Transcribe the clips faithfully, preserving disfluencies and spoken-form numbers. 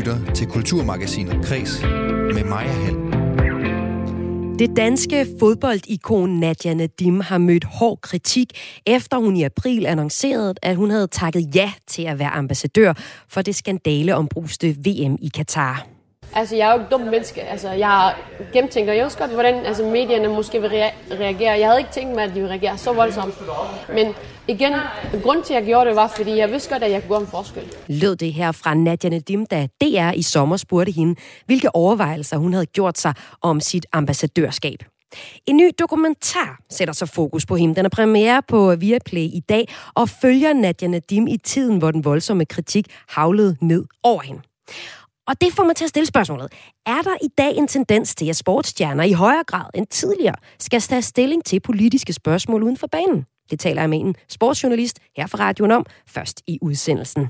lytter til Kulturmagasinet Kres med Maja Hall. Det danske fodboldikon Nadia Nadim har mødt hård kritik, efter hun i april annoncerede, at hun havde takket ja til at være ambassadør for det skandaleombruste V M i Katar. Altså, jeg er jo ikke dum menneske. Altså, jeg har gennemtænkt, og jeg ved godt, hvordan altså, medierne måske vil rea- reagere. Jeg havde ikke tænkt mig, at de ville reagere så voldsomt. Men igen, grunden til, at jeg gjorde det, var, fordi jeg vidste godt, at jeg kunne gøre en forskel. Lød det her fra Nadia Nadim, da D R i sommer spurgte hende, hvilke overvejelser hun havde gjort sig om sit ambassadørskab. En ny dokumentar sætter så fokus på hende. Den er premiere på Viaplay i dag og følger Nadia Nadim i tiden, hvor den voldsomme kritik havlede ned over hende. Og det får mig til at stille spørgsmålet. Er der i dag en tendens til, at sportsstjerner i højere grad end tidligere skal tage stilling til politiske spørgsmål uden for banen? Det taler jeg med en sportsjournalist her fra radioen om, først i udsendelsen.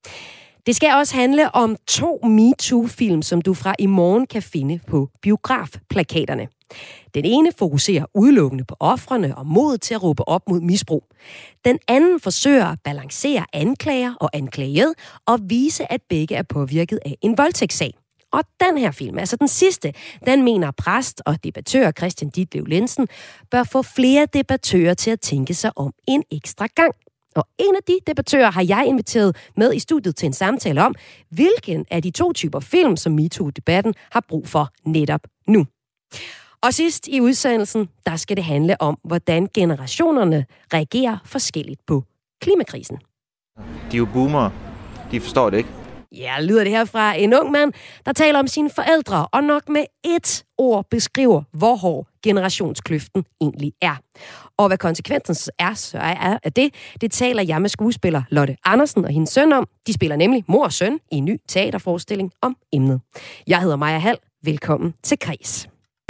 Det skal også handle om to MeToo-film, som du fra i morgen kan finde på biografplakaterne. Den ene fokuserer udelukkende på ofrene og mod til at råbe op mod misbrug. Den anden forsøger at balancere anklager og anklaget og vise, at begge er påvirket af en voldtægtssag. Og den her film, altså den sidste, den mener præst og debattør Christian Ditlev Lensen, bør få flere debattører til at tænke sig om en ekstra gang. Og en af de debattører har jeg inviteret med i studiet til en samtale om, hvilken af de to typer film, som MeToo-debatten har brug for netop nu. Og sidst i udsendelsen, der skal det handle om, hvordan generationerne reagerer forskelligt på klimakrisen. De er jo boomere. De forstår det ikke. Ja, lyder det her fra en ung mand, der taler om sine forældre, og nok med ét ord beskriver, hvor hård generationskløften egentlig er. Og hvad konsekvensen er, så er af det, det taler jeg med skuespiller Lotte Andersen og hendes søn om. De spiller nemlig mor og søn i en ny teaterforestilling om emnet. Jeg hedder Maja Hall. Velkommen til Kres.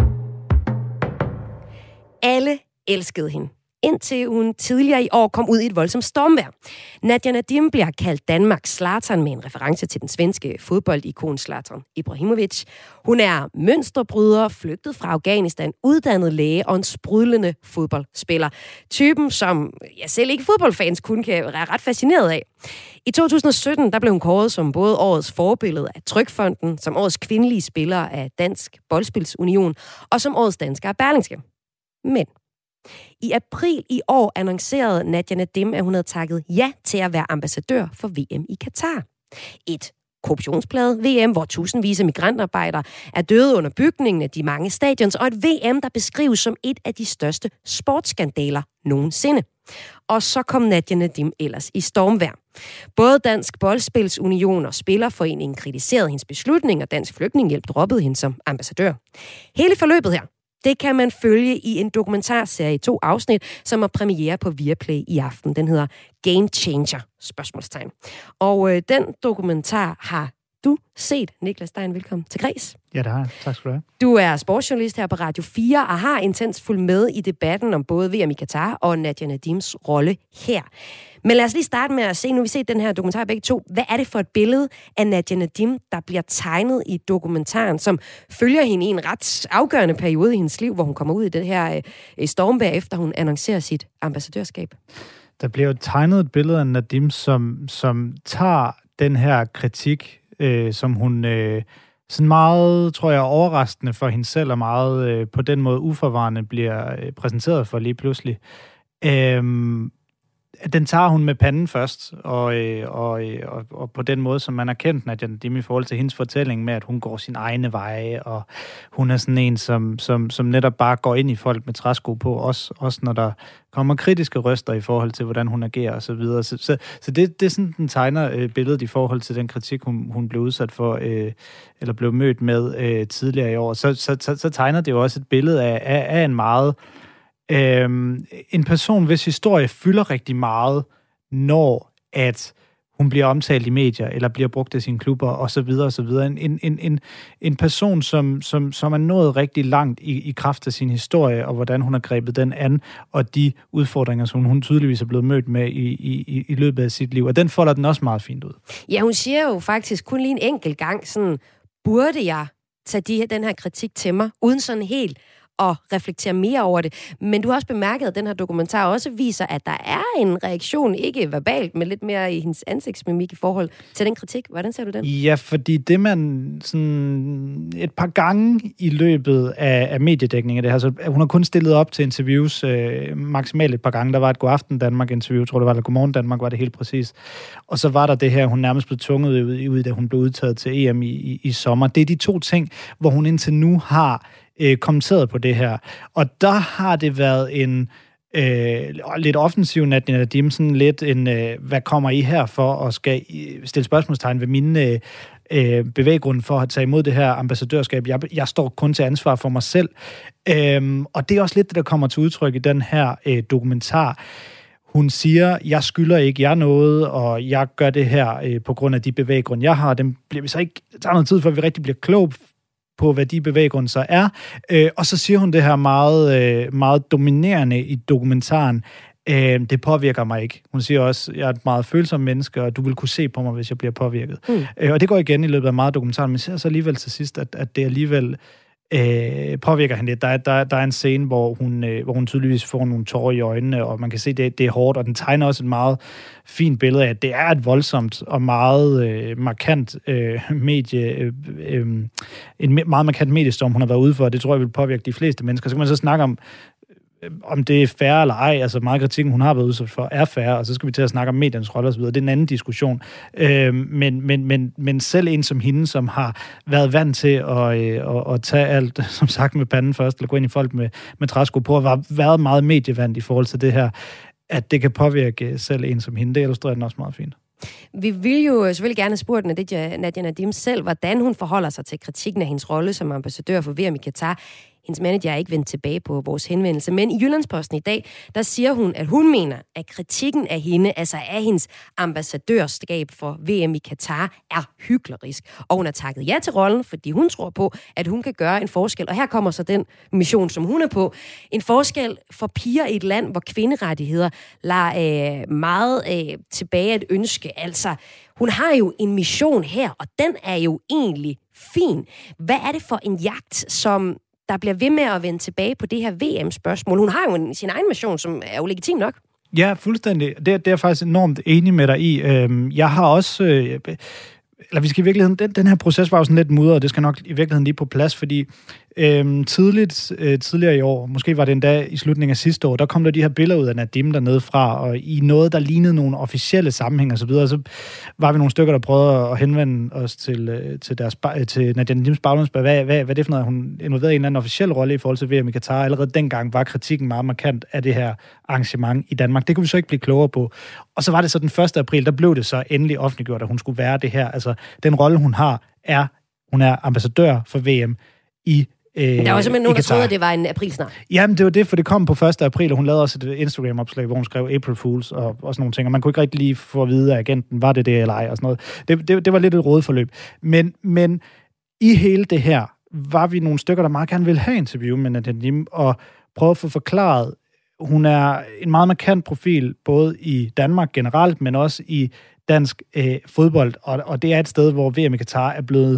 Alle elskede hende, indtil hun tidligere i år kom ud i et voldsomt stormvejr. Nadia Nadim bliver kaldt Danmarks Zlatan med en reference til den svenske fodboldikon Zlatan Ibrahimovic. Hun er mønsterbryder, flygtet fra Afghanistan, uddannet læge og en sprudlende fodboldspiller. Typen, som jeg selv ikke fodboldfans kun kan være ret fascineret af. I to tusind og sytten der blev hun kåret som både årets forbillede af Trygfonden, som årets kvindelige spiller af Dansk Boldspilsunion og som årets dansker af Berlingske. Men i april i år annoncerede Nadia Nadim, at hun havde takket ja til at være ambassadør for V M i Katar. Et korruptionsplaget V M, hvor tusindvis af migrantarbejdere er døde under bygningen af de mange stadions, og et V M, der beskrives som et af de største sportsskandaler nogensinde. Og så kom Nadia Nadim ellers i stormvejr. Både Dansk Boldspilsunion og Spillerforeningen kritiserede hendes beslutning, og Dansk Flygtningehjælp droppede hende som ambassadør. Hele forløbet her, det kan man følge i en dokumentarserie i to afsnit, som er premiere på Viaplay i aften. Den hedder Game Changer, spørgsmålstegn. Og øh, den dokumentar har du set. Niklas Stein, velkommen til Kres. Ja, det har jeg. Tak skal du have. Du er sportsjournalist her på Radio fire og har intens fulgt med i debatten om både V M i Katar og Nadia Nadims rolle her. Men lad os lige starte med at se, nu vi set den her dokumentar begge to. Hvad er det for et billede af Nadia Nadim, der bliver tegnet i dokumentaren, som følger hende i en ret afgørende periode i hendes liv, hvor hun kommer ud i det her øh, stormvejr, efter hun annoncerer sit ambassadørskab? Der bliver jo tegnet et billede af Nadim, som, som tager den her kritik, øh, som hun øh, sådan meget, tror jeg, overraskende for hende selv, og meget øh, på den måde uforvarende bliver øh, præsenteret for lige pludselig. Øh, Den tager hun med panden først, og, og, og, og på den måde, som man har kendt Nadia Nadim i forhold til hendes fortælling med, at hun går sin egne veje, og hun er sådan en, som, som, som netop bare går ind i folk med træsko på, også, også når der kommer kritiske røster i forhold til, hvordan hun agerer og så videre. Så, så, så det, det er sådan, den tegner øh, billedet i forhold til den kritik, hun, hun blev udsat for, øh, eller blev mødt med øh, tidligere i år. Så, så, så, så tegner det jo også et billede af, af, af en meget Øhm, en person, hvis historie fylder rigtig meget, når at hun bliver omtalt i medier, eller bliver brugt af sine klubber, og så videre, og så videre. En, en, en, en person, som, som, som er nået rigtig langt i, i kraft af sin historie, og hvordan hun har grebet den an, og de udfordringer, som hun tydeligvis er blevet mødt med i, i, i løbet af sit liv. Og den folder den også meget fint ud. Ja, hun siger jo faktisk kun lige en enkelt gang, sådan, burde jeg tage de, den her kritik til mig, uden sådan helt at reflektere mere over det. Men du har også bemærket, at den her dokumentar også viser, at der er en reaktion, ikke verbalt, men lidt mere i hendes ansigtsmimik i forhold til den kritik. Hvordan ser du den? Ja, fordi det man sådan et par gange i løbet af, af mediedækningen af det her, så hun har kun stillet op til interviews øh, maksimalt et par gange. Der var et Godaften Danmark-interview, tror det var, eller Godmorgen Danmark var det helt præcis. Og så var der det her, hun nærmest blev tvunget ud, ud da hun blev udtaget til E M i, i, i sommer. Det er de to ting, hvor hun indtil nu har øh, kommenteret på det her. Og der har det været en øh, lidt offensiv Nadia Nadim, sådan lidt en, øh, hvad kommer I her for, og skal stille spørgsmålstegn ved mine øh, bevæggrunde for at tage imod det her ambassadørskab. Jeg, jeg står kun til ansvar for mig selv. Øhm, og det er også lidt det, der kommer til udtryk i den her øh, dokumentar. Hun siger, jeg skylder ikke jer noget, og jeg gør det her øh, på grund af de bevæggrunde, jeg har. Dem bliver vi så ikke, det tager noget tid, før vi rigtig bliver klog på, hvad de bevæggrunde så er. Øh, og så siger hun det her meget, øh, meget dominerende i dokumentaren. Øh, det påvirker mig ikke. Hun siger også, jeg er et meget følsom menneske, og du vil kunne se på mig, hvis jeg bliver påvirket. Mm. Øh, og det går igen i løbet af meget dokumentaren, men ser så alligevel til sidst, at, at det alligevel Øh, påvirker hende lidt. Der er, der, der er en scene, hvor hun, øh, hvor hun tydeligvis får nogle tårer i øjnene, og man kan se, at det, det er hårdt, og den tegner også et meget fint billede af, at det er et voldsomt og meget øh, markant øh, medie, øh, øh, en meget markant mediestorm, hun har været ude for, og det tror jeg vil påvirke de fleste mennesker. Så kan man så snakke om, om det er fair eller ej, altså meget kritikken, hun har været udsat for, er fair, og så skal vi til at snakke om mediernes rolle og så videre. Det er en anden diskussion. Øh, men, men, men, men selv en som hende, som har været vant til at, øh, at, at tage alt, som sagt, med panden først, eller gå ind i folk med, med træsko på, og har været meget medievant i forhold til det her, at det kan påvirke selv en som hende. Det illustrerer den også meget fint. Vi vil jo selvfølgelig gerne have spurgt Nadia Nadim selv, hvordan hun forholder sig til kritikken af hendes rolle som ambassadør for V M i Katar. Hendes manager er ikke vendt tilbage på vores henvendelse, men i Jyllandsposten i dag, der siger hun, at hun mener, at kritikken af hende, altså af hendes ambassadørskab for V M i Katar, er hyklerisk. Og hun har takket ja til rollen, fordi hun tror på, at hun kan gøre en forskel. Og her kommer så den mission, som hun er på. En forskel for piger i et land, hvor kvinderettigheder lader øh, meget øh, tilbage at ønske. Altså, hun har jo en mission her, og den er jo egentlig fin. Hvad er det for en jagt, som der bliver ved med at vende tilbage på det her V M-spørgsmål? Hun har jo en, sin egen mission, som er jo legitim nok. Ja, fuldstændig. Det, det er jeg faktisk enormt enig med dig i. Jeg har også... Øh, eller vi skal i virkeligheden... Den, den her proces var jo sådan lidt mudret, og det skal nok i virkeligheden lige på plads, fordi øhm, tidligt, øh, tidligere i år, måske var det endda i slutningen af sidste år, der kom der de her billeder ud af Nadim dernede fra, og i noget, der lignede nogle officielle sammenhæng og så videre, så var vi nogle stykker, der prøvede at henvende os til, til, deres, til Nadia Nadims baggrundsbær. Hvad, hvad, hvad er det for noget? Hun involverede en eller anden officiel rolle i forhold til V M i Katar. Allerede dengang var kritikken meget markant af det her arrangement i Danmark. Det kunne vi så ikke blive klogere på. Og så var det så den første april, der blev det så endelig offentliggjort, at hun skulle være det her. Altså, den rolle, hun har, er, hun er ambassadør for V M i Øh, der var simpelthen nogen, der troede, at det var en aprilsnar. Jamen, det var det, for det kom på første april, og hun lavede også et Instagram-opslag, hvor hun skrev April Fools og, og sådan nogle ting, og man kunne ikke rigtig lige få at vide af agenten, var det det eller ej, og sådan noget. Det, det, det var lidt et rådeforløb. Men, men i hele det her, var vi nogle stykker, der meget gerne ville have interview med Nadia Nadim, og prøve at få forklaret, hun er en meget markant profil, både i Danmark generelt, men også i dansk øh, fodbold, og, og det er et sted, hvor V M i Katar er blevet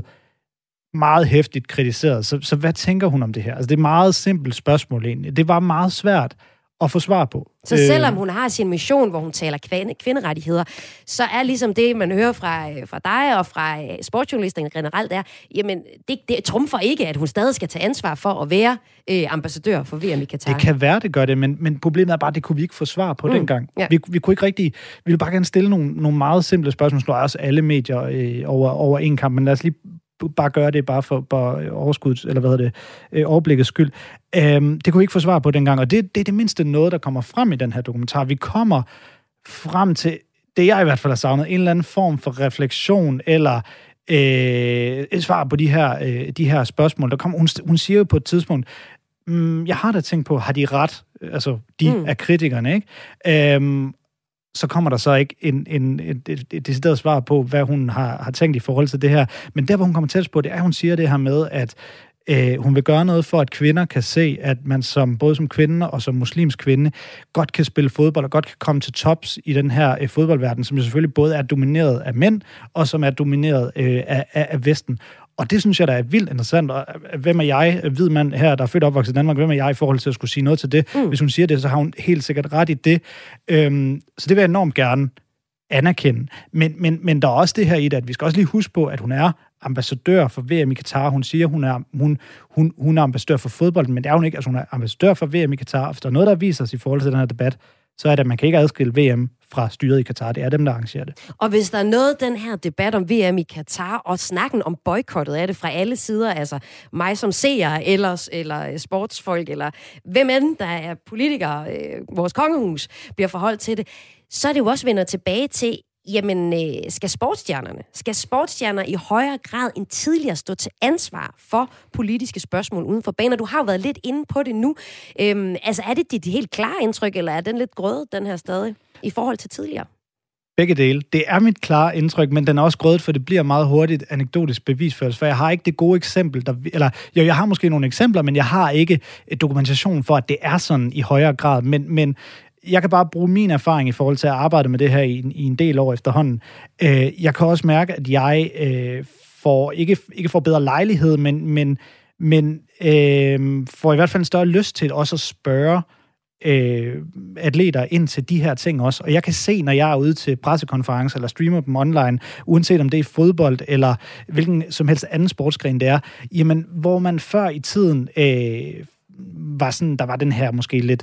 meget hæftigt kritiseret. Så, så hvad tænker hun om det her? Altså, det er et meget simpelt spørgsmål egentlig. Det var meget svært at få svar på. Så selvom hun har sin mission, hvor hun taler kvinde, kvinderettigheder, så er ligesom det, man hører fra, fra dig og fra sportsjournalisterne generelt, er, jamen, det, det trumfer ikke, at hun stadig skal tage ansvar for at være øh, ambassadør for V M i Katar. Det kan være, det gør det, men, men problemet er bare, at det kunne vi ikke få svar på mm, dengang. Ja. Vi, vi kunne ikke rigtig... Vi ville bare gerne stille nogle, nogle meget simple spørgsmål, slår også alle medier øh, over, over en kamp, men lad os lige bare gøre det bare for, for overskuds, eller hvad hedder det, overblikkets skyld. Øhm, det kunne vi ikke få svar på dengang, og det, det er det mindste noget, der kommer frem i den her dokumentar. Vi kommer frem til, det jeg i hvert fald har savnet, en eller anden form for refleksion, eller øh, et svar på de her, øh, de her spørgsmål. Der kommer, hun, hun siger jo på et tidspunkt, mm, jeg har da tænkt på, har de ret? Altså, de mm. er kritikerne, ikke? Øhm, så kommer der så ikke en, en, et, et, et decideret svar på, hvad hun har, har tænkt i forhold til det her. Men der, hvor hun kommer tæt på, det er, at hun siger det her med, at øh, hun vil gøre noget for, at kvinder kan se, at man som både som kvinde og som muslimsk kvinde godt kan spille fodbold og godt kan komme til tops i den her øh, fodboldverden, som jo selvfølgelig både er domineret af mænd og som er domineret øh, af, af, af Vesten. Og det synes jeg, der er vildt interessant. Og hvem er jeg, hvid mand her, der er født og opvokset i Danmark, hvem er jeg i forhold til at skulle sige noget til det? Mm. Hvis hun siger det, så har hun helt sikkert ret i det. Øhm, så det vil jeg enormt gerne anerkende. Men, men, men der er også det her i det, at vi skal også lige huske på, at hun er ambassadør for V M i Katar. Hun siger, hun er, hun, hun, hun er ambassadør for fodbold, men det er hun ikke. Altså, hun er ambassadør for V M i Katar. Hvis der er noget, der viser sig i forhold til den her debat, så er det, at man kan ikke adskille V M fra styret i Katar. Det er dem, der arrangerer det. Og hvis der er noget, den her debat om V M i Katar, og snakken om boykottet af det fra alle sider, altså mig som seer, ellers, eller sportsfolk, eller hvem end, der er politikere, øh, vores kongehus, bliver forholdt til det, så er det jo også vender tilbage til, jamen, øh, skal sportsstjernerne, skal sportsstjerner i højere grad end tidligere stå til ansvar for politiske spørgsmål uden for banen? Du har jo været lidt inde på det nu. Øhm, altså, er det dit helt klare indtryk, eller er den lidt grødet, den her stadig, i forhold til tidligere? Begge dele. Det er mit klare indtryk, men den er også grødet, for det bliver meget hurtigt anekdotisk bevisførelse, for jeg har ikke det gode eksempel, der, eller jo, jeg har måske nogle eksempler, men jeg har ikke dokumentation for, at det er sådan i højere grad, men, men jeg kan bare bruge min erfaring i forhold til at arbejde med det her i, i en del år efterhånden. Øh, jeg kan også mærke, at jeg øh, får ikke, ikke får bedre lejlighed, men, men, men øh, får i hvert fald en større lyst til også at spørge øh, atleter ind til de her ting også. Og jeg kan se, når jeg er ude til pressekonferencer eller streamer dem online, uanset om det er fodbold eller hvilken som helst anden sportsgren det er, jamen, hvor man før i tiden øh, var sådan, der var den her måske lidt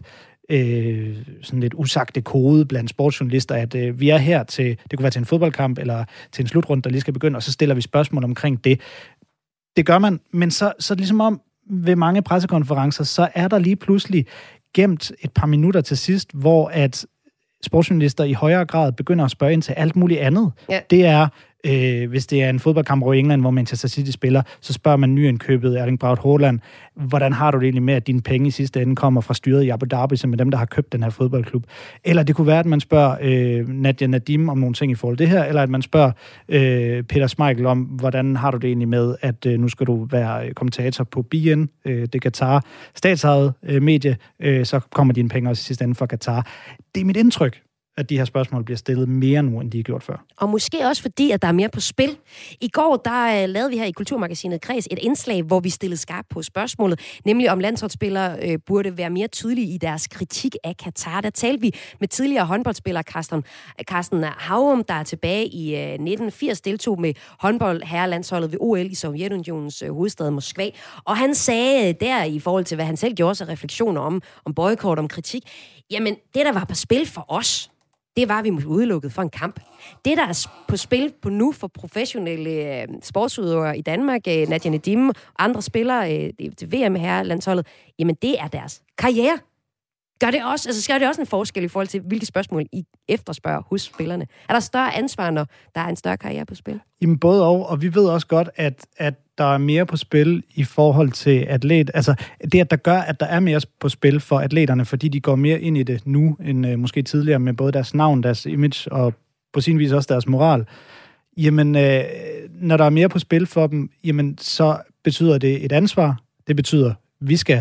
Øh, sådan lidt usagte kode blandt sportsjournalister, at øh, vi er her til, det kunne være til en fodboldkamp eller til en slutrunde, der lige skal begynde, og så stiller vi spørgsmål omkring det. Det gør man, men så, så ligesom om ved mange pressekonferencer, så er der lige pludselig gemt et par minutter til sidst, hvor at sportsjournalister i højere grad begynder at spørge ind til alt muligt andet. Ja. Det er, øh, hvis det er en fodboldkamp over i England, hvor Manchester City spiller, så spørger man nyindkøbet Erling Braut Haaland, hvordan har du det egentlig med, at dine penge i sidste ende kommer fra styret i Abu Dhabi, som er dem, der har købt den her fodboldklub? Eller det kunne være, at man spørger øh, Nadia Nadim om nogle ting i forhold til det her, eller at man spørger øh, Peter Schmeichel om, hvordan har du det egentlig med, at øh, nu skal du være kommentator på B N, øh, det Qatar statsejet øh, medie, øh, så kommer dine penge også i sidste ende fra Qatar. Det er mit indtryk, at de her spørgsmål bliver stillet mere nu, end de har gjort før. Og måske også fordi, at der er mere på spil. I går, der uh, lavede vi her i Kulturmagasinet Kreds et indslag, hvor vi stillede skarpt på spørgsmålet, nemlig om landsholdsspillere uh, burde være mere tydelige i deres kritik af Katar. Der talte vi med tidligere håndboldspiller Carsten, Carsten Hauum, der er tilbage i uh, nitten firs, deltog med håndboldherrelandsholdet ved O L i Sovjetunionens uh, hovedstad Moskva. Og han sagde uh, der, i forhold til, hvad han selv gjorde sig refleksioner om, om boykot, om kritik, jamen, det, der var på spil for os, det var, at vi måtte udelukket for en kamp. Det, der er på spil på nu for professionelle øh, sportsudøvere i Danmark, øh, Nadia Nadim og andre spillere øh, til V M-herrelandsholdet, jamen det er deres karriere. Gør det også, altså gør det også en forskel i forhold til, hvilke spørgsmål I efterspørger hos spillerne? Er der større ansvar, når der er en større karriere på spil? Jamen både og, og vi ved også godt, at, at der er mere på spil i forhold til atlet. Altså det, at der gør, at der er mere på spil for atleterne, fordi de går mere ind i det nu, end øh, måske tidligere, med både deres navn, deres image og på sin vis også deres moral. Jamen, øh, når der er mere på spil for dem, jamen så betyder det et ansvar. Det betyder, vi skal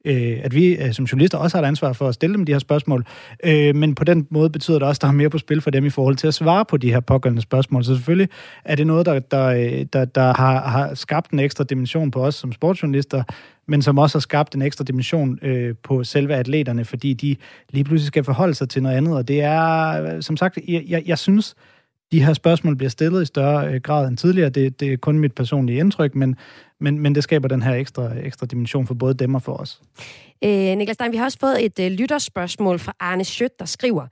at vi som journalister også har et ansvar for at stille dem de her spørgsmål, men på den måde betyder det også, at der er mere på spil for dem i forhold til at svare på de her pågældende spørgsmål. Så selvfølgelig er det noget, der, der, der, der har, har skabt en ekstra dimension på os som sportsjournalister, men som også har skabt en ekstra dimension øh, på selve atleterne, fordi de lige pludselig skal forholde sig til noget andet, og det er, som sagt, jeg, jeg, jeg synes, de her spørgsmål bliver stillet i større grad end tidligere. Det, det er kun mit personlige indtryk, men, men, men det skaber den her ekstra, ekstra dimension for både dem og for os. Øh, Niklas Stein, vi har også fået et øh, lytterspørgsmål fra Arne Schødt, der skriver: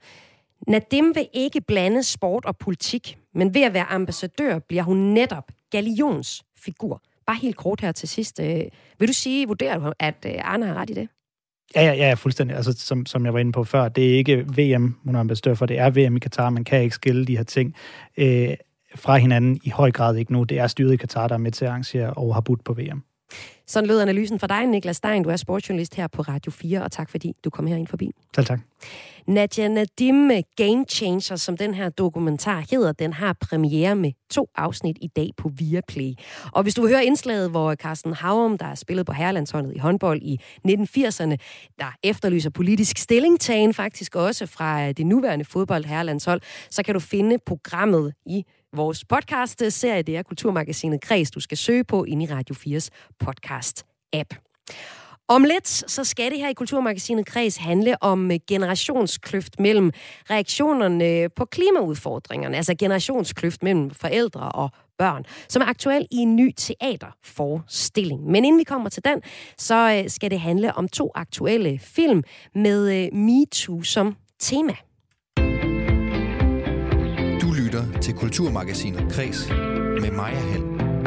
Nadim vil ikke blande sport og politik, men ved at være ambassadør bliver hun netop gallionsfigur. Bare helt kort her til sidst. Øh, vil du sige, vurderer du, at øh, Arne har ret i det? Ja, ja, ja, fuldstændig. Altså, som, som jeg var inde på før, det er ikke V M, hun er ambassadør for, det er V M i Katar. Man kan ikke skille de her ting øh, fra hinanden i høj grad ikke nu. Det er styret i Katar, der er med til at arrangere og har budt på V M. Sådan lød analysen fra dig, Niklas Stein. Du er sportsjournalist her på Radio fire, og tak fordi du kom herind forbi. Selv tak. Nadia Nadim, Game Changer, som den her dokumentar hedder, den har premiere med to afsnit i dag på Viaplay. Og hvis du vil høre indslaget, hvor Carsten Hauum, der har spillet på herrelandsholdet i håndbold i nitten firserne, der efterlyser politisk stillingtagen faktisk også fra det nuværende fodboldherrelandshold, så kan du finde programmet i vores podcast-serie. Det er Kulturmagasinet Kreds, du skal søge på inde i Radio fires podcast-app. Om lidt, så skal det her i Kulturmagasinet Kreds handle om generationskløft mellem reaktionerne på klimaudfordringerne, altså generationskløft mellem forældre og børn, som er aktuel i en ny teaterforestilling. Men inden vi kommer til den, så skal det handle om to aktuelle film med MeToo som tema. Du lytter til Kulturmagasinet Kreds med Maja Hall.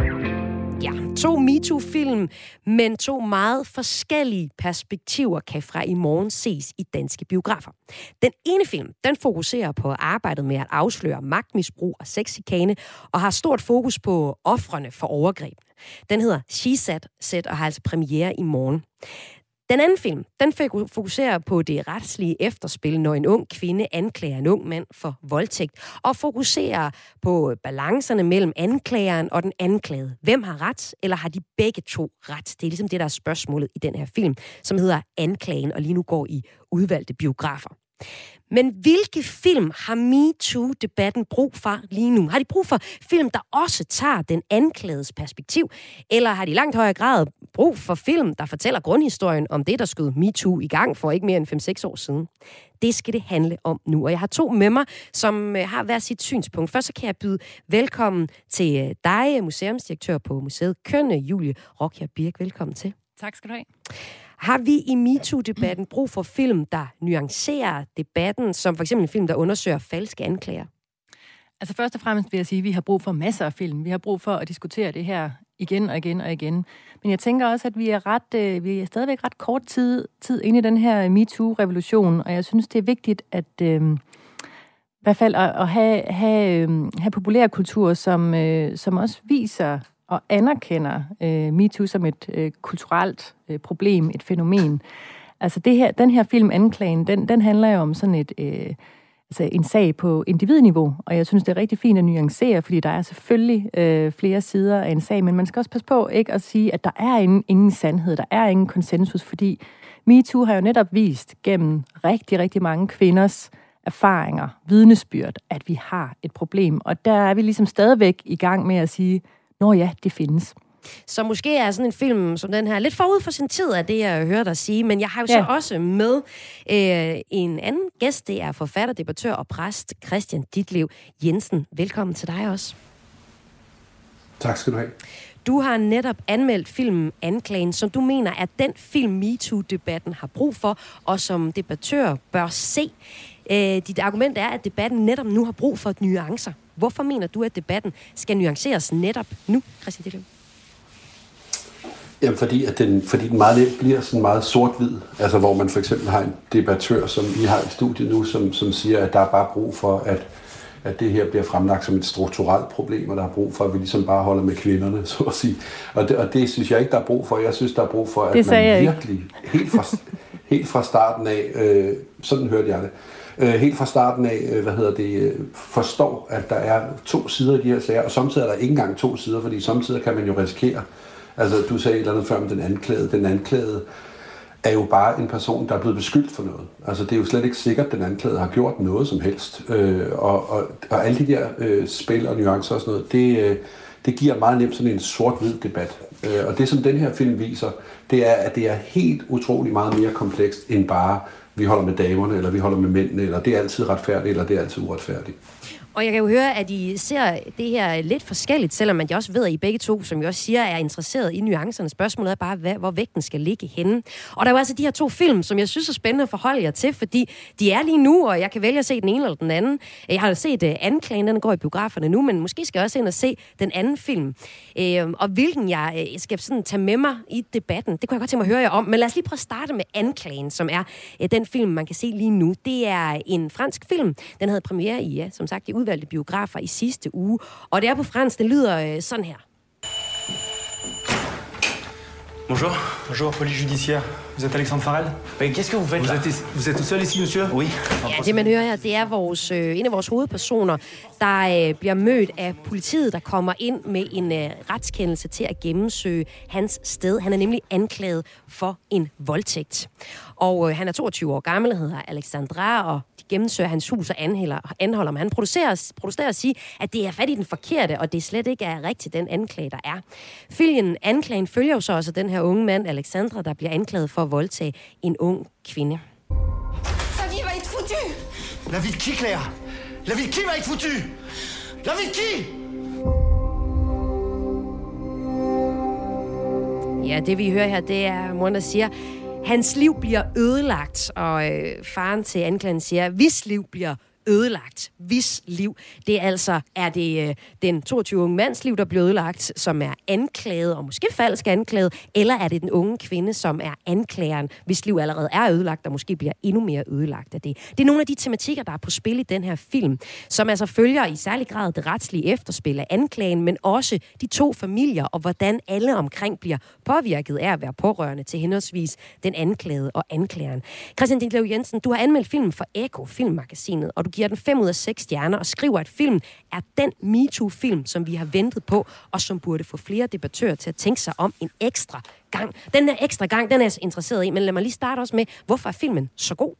Ja, to MeToo-film, men to meget forskellige perspektiver kan fra i morgen ses i danske biografer. Den ene film, den fokuserer på arbejdet med at afsløre magtmisbrug og sexchikane, og har stort fokus på ofrene for overgreb. Den hedder She Said og har altså premiere i morgen. Den anden film, den fokuserer på det retslige efterspil, når en ung kvinde anklager en ung mand for voldtægt, og fokuserer på balancerne mellem anklageren og den anklagede. Hvem har ret, eller har de begge to ret? Det er ligesom det, der er spørgsmålet i den her film, som hedder Anklagen, og lige nu går i udvalgte biografer. Men hvilke film har MeToo-debatten brug for lige nu? Har de brug for film, der også tager den anklagedes perspektiv? Eller har de langt højere grad brug for film, der fortæller grundhistorien om det, der skød MeToo i gang for ikke mere end fem seks år siden? Det skal det handle om nu. Og jeg har to med mig, som har hver sit synspunkt. Først så kan jeg byde velkommen til dig, museumsdirektør på Museet Kønne, Julie Rockjær Birk. Velkommen til. Tak skal du have. Har vi i MeToo-debatten brug for film, der nuancerer debatten, som for eksempel en film, der undersøger falske anklager? Altså først og fremmest vil jeg sige, at vi har brug for masser af film. Vi har brug for at diskutere det her igen og igen og igen. Men jeg tænker også, at vi er, ret, øh, vi er stadigvæk ret kort tid, tid inde i den her MeToo-revolution, og jeg synes, det er vigtigt at øh, i hvert fald at, at have, have, øh, have populærkultur, som, øh, som også viser og anerkender øh, MeToo som et øh, kulturelt øh, problem, et fænomen. Altså det her, den her film, Anklagen, den, den handler jo om sådan et, øh, altså en sag på individniveau, og jeg synes, det er rigtig fint at nuancere, fordi der er selvfølgelig øh, flere sider af en sag, men man skal også passe på ikke at sige, at der er ingen, ingen sandhed, der er ingen konsensus, fordi MeToo har jo netop vist gennem rigtig, rigtig mange kvinders erfaringer, vidnesbyrd, at vi har et problem, og der er vi ligesom stadigvæk i gang med at sige, nå ja, det findes. Så måske er sådan en film som den her lidt forud for sin tid af det, jeg hører dig sige, men jeg har jo ja. så også med øh, en anden gæst, det er forfatter, debattør og præst Christian Ditlev Jensen. Velkommen til dig også. Tak skal du have. Du har netop anmeldt filmen Anklagen, som du mener er den film MeToo-debatten har brug for, og som debattør bør se. Øh, dit argument er, at debatten netop nu har brug for nuancer. Hvorfor mener du, at debatten skal nuanceres netop nu, Christian Ditlev? Jamen, fordi, at den, fordi den meget nemt bliver sådan meget sort-hvid. Altså, hvor man for eksempel har en debattør, som I har i studiet nu, som, som siger, at der er bare brug for, at, at det her bliver fremlagt som et strukturelt problem, og der er brug for, at vi ligesom bare holder med kvinderne, så at sige. Og det, og det synes jeg ikke, der er brug for. Jeg synes, der er brug for, at man virkelig helt fra, helt fra starten af, øh, sådan hørte jeg det, helt fra starten af, hvad hedder det, forstår, at der er to sider i de her sager, og samtidig er der ikke engang to sider, fordi samtidig kan man jo risikere, altså du sagde et eller andet før om den anklagede, den anklagede er jo bare en person, der er blevet beskyldt for noget. Altså det er jo slet ikke sikkert, at den anklagede har gjort noget som helst, øh, og, og, og alle de der øh, spil og nuancer og sådan noget, det, øh, det giver meget nemt sådan en sort-hvid debat. Øh, og det som den her film viser, det er, at det er helt utrolig meget mere komplekst end bare vi holder med damerne, eller vi holder med mændene, eller det er altid retfærdigt, eller det er altid uretfærdigt. Og jeg kan jo høre, at I ser det her lidt forskelligt, selvom man også ved, at I begge to, som jeg også siger, er interesseret i nuancerne. Spørgsmålet er bare, hvad, hvor vægten skal ligge henne. Og der er jo altså de her to film, som jeg synes er spændende at forholde jer til, fordi de er lige nu, og jeg kan vælge at se den ene eller den anden. Jeg har set uh, Anklagen, den går i biograferne nu, men måske skal jeg også ind og se den anden film. Uh, og hvilken jeg uh, skal sådan tage med mig i debatten, det kunne jeg godt tænke mig at høre jer om. Men lad os lige prøve at starte med Anklagen, som er uh, den film, man kan se lige nu. Det er en fransk film. Den havde premiere i, ja, som sagt, i udvalgte biografer i sidste uge. Og det er på fransk, det lyder øh, sådan her. Bonjour. Bonjour, police judiciaire. Vous êtes Alexandre Farrell? Mais qu'est-ce que vous faites là? Vous êtes, vous êtes tout seul ici, monsieur? Oui. Ja, det man hører her, det er vores, øh, en af vores hovedpersoner, der øh, bliver mødt af politiet, der kommer ind med en øh, retskendelse til at gennemsøge hans sted. Han er nemlig anklaget for en voldtægt. Og øh, han er toogtyve år gammel, hedder Alexandra, og de gennemsøger hans hus og anholder, anholder ham. Han protesterer, protesterer og siger, at det er fat i den forkerte, og det slet ikke er rigtigt den anklage, der er. Filmen anklagen følger jo så også den her unge mand, Alexandra, der bliver anklaget for at voldtage en ung kvinde. Sa vie va être foutue! La vie de qui, Claire? La vie de qui va être foutue? La vie de qui? Ja, det vi hører her, det er moren, der siger, hans liv bliver ødelagt, og øh, faren til anklagen siger, hvis liv bliver ødelagt. Hvis liv. Det er altså, er det øh, den toogtyve unge mands liv, der bliver ødelagt, som er anklaget, og måske falsk anklaget, eller er det den unge kvinde, som er anklageren, hvis liv allerede er ødelagt, og måske bliver endnu mere ødelagt af det. Det er nogle af de tematikker, der er på spil i den her film, som altså følger i særlig grad det retslige efterspil af anklagen, men også de to familier, og hvordan alle omkring bliver påvirket af at være pårørende til henholdsvis den anklagede og anklageren. Christian Ditlev Jensen, du har anmeldt filmen for Ekko, filmmagasinet, og du giver den fem ud af seks stjerner og skriver, at filmen er den MeToo-film, som vi har ventet på, og som burde få flere debattører til at tænke sig om en ekstra gang. Den her ekstra gang, den er jeg så interesseret i, men lad mig lige starte også med, hvorfor er filmen så god?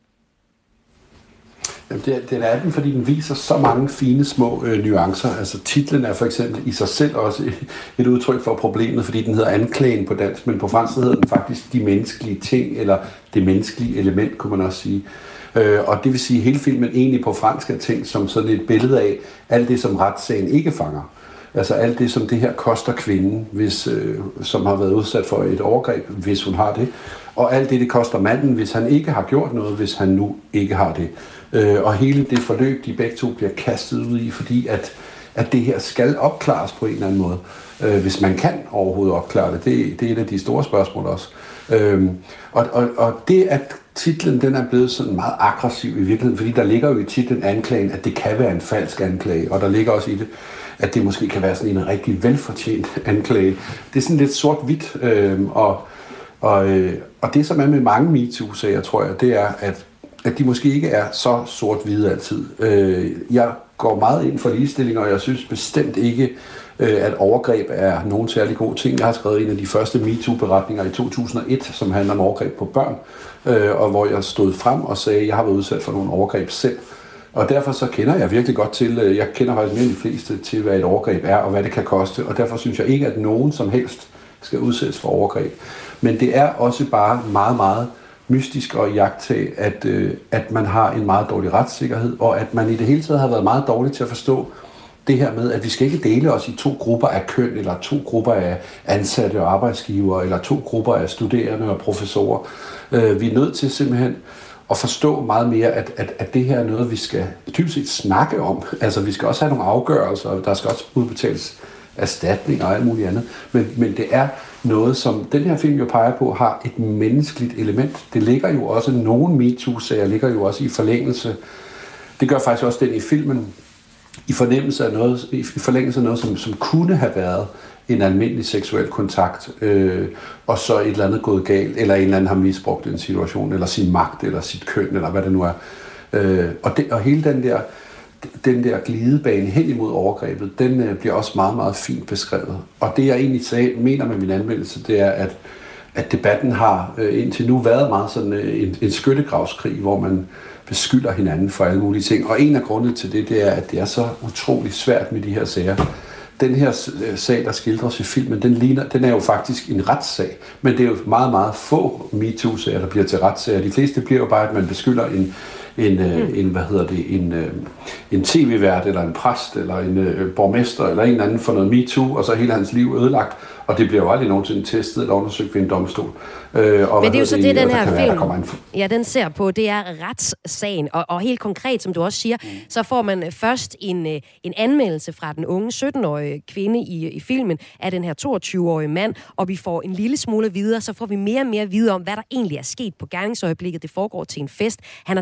Jamen, det er, det er den, fordi den viser så mange fine små øh, nuancer. Altså titlen er for eksempel i sig selv også et udtryk for problemet, fordi den hedder anklagen på dansk, men på fransk hedder den faktisk de menneskelige ting, eller det menneskelige element, kunne man også sige. Øh, og det vil sige, at hele filmen egentlig på fransk er tænkt som sådan et billede af alt det, som retssagen ikke fanger. Altså alt det, som det her koster kvinden, hvis, øh, som har været udsat for et overgreb, hvis hun har det. Og alt det, det koster manden, hvis han ikke har gjort noget, hvis han nu ikke har det. Øh, og hele det forløb, de begge to bliver kastet ud i, fordi at, at det her skal opklares på en eller anden måde. Øh, hvis man kan overhovedet opklare det. det. Det er et af de store spørgsmål også. Øh, og, og, og det, at titlen den er blevet sådan meget aggressiv i virkeligheden, fordi der ligger jo i titlen anklagen, at det kan være en falsk anklage, og der ligger også i det, at det måske kan være sådan en rigtig velfortjent anklage. Det er sådan lidt sort-hvidt, øh, og, og, øh, og det som er med mange MeToo-sager, tror jeg, det er, at, at de måske ikke er så sort-hvide altid. Øh, jeg går meget ind for ligestilling, og jeg synes bestemt ikke, at overgreb er nogen særlig god ting. Jeg har skrevet en af de første MeToo-beretninger i to tusind og et, som handler om overgreb på børn, og hvor jeg stod frem og sagde, at jeg har været udsat for nogle overgreb selv. Og derfor så kender jeg virkelig godt til, jeg kender faktisk mere end de fleste til, hvad et overgreb er, og hvad det kan koste, og derfor synes jeg ikke, at nogen som helst skal udsættes for overgreb. Men det er også bare meget, meget mystisk at iagttage, at, at man har en meget dårlig retssikkerhed, og at man i det hele taget har været meget dårlig til at forstå, det her med, at vi skal ikke dele os i to grupper af køn, eller to grupper af ansatte og arbejdsgivere, eller to grupper af studerende og professorer. Øh, vi er nødt til simpelthen at forstå meget mere, at, at, at det her er noget, vi skal typisk set snakke om. Altså, vi skal også have nogle afgørelser, og der skal også udbetales erstatning og alt muligt andet. Men, men det er noget, som den her film jo peger på, har et menneskeligt element. Det ligger jo også, nogle MeToo-sager ligger jo også i forlængelse. Det gør faktisk også den i filmen, i fornemmelse af noget, i forlængelse af noget, som, som kunne have været en almindelig seksuel kontakt, øh, og så et eller andet gået galt, eller en eller anden har misbrugt en situation, eller sin magt, eller sit køn, eller hvad det nu er. Øh, og, det, og hele den der, den der glidebane hen imod overgrebet, den øh, bliver også meget, meget fint beskrevet. Og det, jeg egentlig sagde, mener med min anmeldelse, det er, at, at debatten har øh, indtil nu været meget sådan øh, en, en skyttegravskrig, hvor man beskylder hinanden for alle mulige ting. Og en af grundene til det, det er, at det er så utrolig svært med de her sager. Den her sag, der skildres i filmen, den, ligner, den er jo faktisk en retssag. Men det er jo meget, meget få MeToo-sager, der bliver til retssager. De fleste bliver jo bare, at man beskylder en, en, mm. en hvad hedder det, en, en tv-vært, eller en præst, eller en borgmester, eller en eller anden for noget MeToo, og så er hele hans liv ødelagt. Og det bliver jo aldrig nogensinde testet eller undersøgt ved en domstol. Øh, og Men det er jo så det, det den her film, være, ja, den ser på, det er retssagen. Og, og helt konkret, som du også siger, mm. så får man først en, en anmeldelse fra den unge sytten-årige kvinde i, i filmen af den her toogtyve-årige mand, og vi får en lille smule videre, så får vi mere og mere videre om, hvad der egentlig er sket på gerningsøjeblikket. Det foregår til en fest. Han har taget en med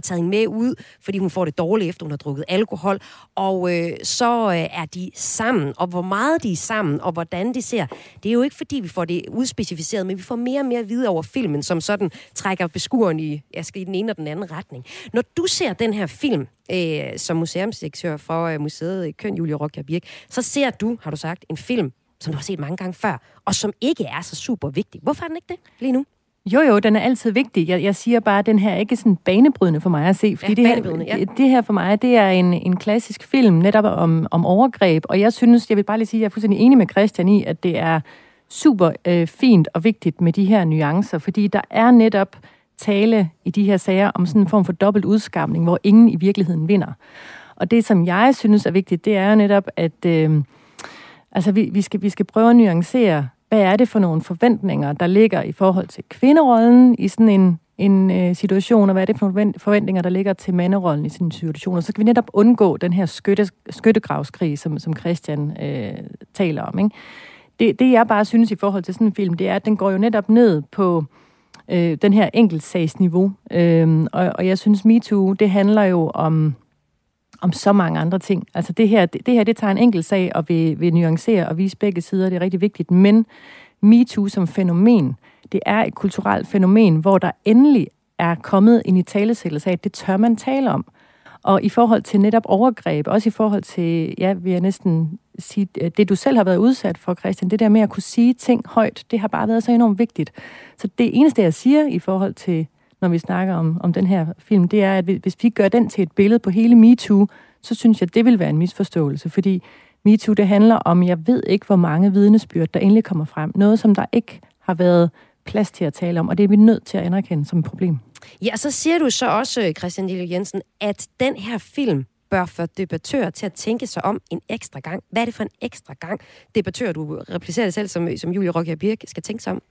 med ud, fordi hun får det dårligt, efter hun har drukket alkohol, og øh, så øh, er de sammen, og hvor meget de er sammen, og hvordan de ser, det er jo ikke fordi, vi får det udspecificeret, men vi får mere og mere at vide over filmen, som sådan trækker beskueren i, jeg skal i den ene og den anden retning. Når du ser den her film, øh, som museumsdirektør for øh, museet Køn, Julie Rockjær Birk, så ser du, har du sagt, en film, som du har set mange gange før, og som ikke er så super vigtig. Hvorfor er den ikke det lige nu? Jo, jo, den er altid vigtig. Jeg, jeg siger bare, at den her er ikke sådan banebrydende for mig at se, fordi ja, det, her, ja. det, det her for mig, det er en, en klassisk film netop om, om overgreb, og jeg synes, jeg vil bare lige sige, at jeg er fuldstændig enig med Christian i, at det er super øh, fint og vigtigt med de her nuancer, fordi der er netop tale i de her sager om sådan en form for dobbelt udskamning, hvor ingen i virkeligheden vinder. Og det, som jeg synes er vigtigt, det er jo netop, at øh, altså, vi, vi, skal, vi skal prøve at nuancere, hvad er det for nogle forventninger, der ligger i forhold til kvinderollen i sådan en, en øh, situation, og hvad er det for nogle forventninger, der ligger til manderollen i sådan en situation. Og så kan vi netop undgå den her skytte, skyttegravskrig, som, som Christian øh, taler om. Ikke? Det, det, jeg bare synes i forhold til sådan en film, det er, at den går jo netop ned på øh, den her enkeltsagsniveau. Øh, og, og jeg synes, MeToo, det handler jo om... om så mange andre ting. Altså det her, det, det her, det tager en enkelt sag og vil, vil nuancere og vise begge sider, det er rigtig vigtigt. Men MeToo som fænomen, det er et kulturelt fænomen, hvor der endelig er kommet en italesættelse af, at det tør man tale om. Og i forhold til netop overgreb, også i forhold til, ja, vil jeg næsten sige, det du selv har været udsat for, Christian, det der med at kunne sige ting højt, det har bare været så enormt vigtigt. Så det eneste, jeg siger i forhold til, når vi snakker om, om den her film, det er, at hvis vi gør den til et billede på hele MeToo, så synes jeg, det vil være en misforståelse, fordi MeToo, det handler om, jeg ved ikke, hvor mange vidnesbyrd, der endelig kommer frem. Noget, som der ikke har været plads til at tale om, og det er vi nødt til at anerkende som et problem. Ja, så siger du så også, Christian Lille Jensen, at den her film bør få debattører til at tænke sig om en ekstra gang. Hvad er det for en ekstra gang, debattører, du replicerer det selv, som, som Julie Rockjær Birk, skal tænke sig om?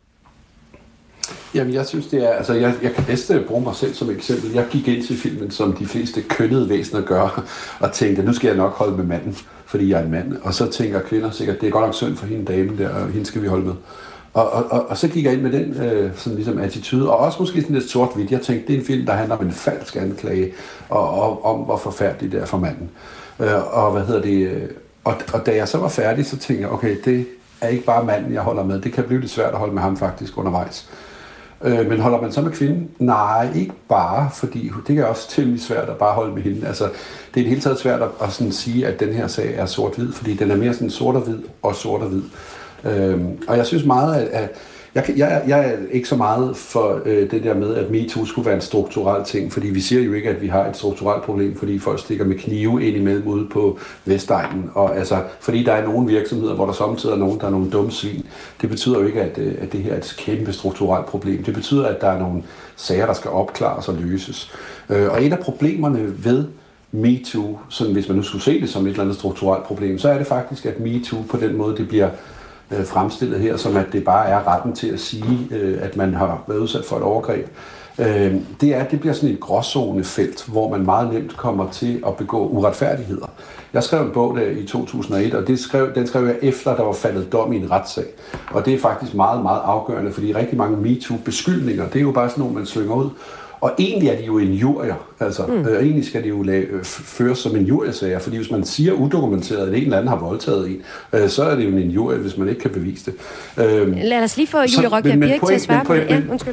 Jamen, jeg synes, det er... Altså, jeg, jeg kan bedst bruge mig selv som eksempel. Jeg gik ind til filmen, som de fleste kønnede væsener gør, og tænkte, nu skal jeg nok holde med manden, fordi jeg er en mand. Og så tænker kvinder sikkert, det er godt nok synd for hende dame der, og hende skal vi holde med. Og, og, og, og så gik jeg ind med den øh, sådan ligesom attitude, og også måske sådan lidt sort-hvidt. Jeg tænkte, det er en film, der handler om en falsk anklage, og, og om, hvor forfærdeligt det er for manden. Øh, og hvad hedder det... Øh, og, og da jeg så var færdig, så tænkte jeg, okay, det er ikke bare manden, jeg holder med. Det kan blive lidt svært at holde med ham faktisk undervejs. Øh, men holder man så med kvinden? Nej, ikke bare, fordi det er også temmelig svært at bare holde med hende. Altså, det er i det hele taget svært at, at sådan sige, at den her sag er sort-hvid, fordi den er mere sådan sort og hvid og sort og hvid. Øh, og jeg synes meget, at, at jeg, jeg, jeg er ikke så meget for øh, det der med, at MeToo skulle være en strukturel ting, fordi vi siger jo ikke, at vi har et strukturelt problem, fordi folk stikker med knive ind imellem ude på Vestegnen, og altså, fordi der er nogle virksomheder, hvor der samtidig er nogen, der er nogle dumme svin. Det betyder jo ikke, at, at det her er et kæmpe strukturelt problem. Det betyder, at der er nogle sager, der skal opklares og løses. Øh, og et af problemerne ved MeToo, sådan hvis man nu skulle se det som et eller andet strukturelt problem, så er det faktisk, at MeToo på den måde, det bliver øh, fremstillet her, som at det bare er retten til at sige, øh, at man har været udsat for et overgreb. Øh, det er, at det bliver sådan et gråzonefelt, hvor man meget nemt kommer til at begå uretfærdigheder. Jeg skrev en bog der i to tusind og et, og det skrev, den skrev jeg efter, der var faldet dom i en retssag. Og det er faktisk meget, meget afgørende, fordi rigtig mange MeToo-beskyldninger, det er jo bare sådan nogle, man slynger ud. Og egentlig er de jo injurier, altså mm. øh, egentlig skal de jo lave, øh, føres som injuriesager, fordi hvis man siger udokumenteret, at en eller anden har voldtaget en, øh, så er det jo en injurie, hvis man ikke kan bevise det. Øh, Lad os lige få Julie Rockjær Birk til at svare på det. Ja, undskyld.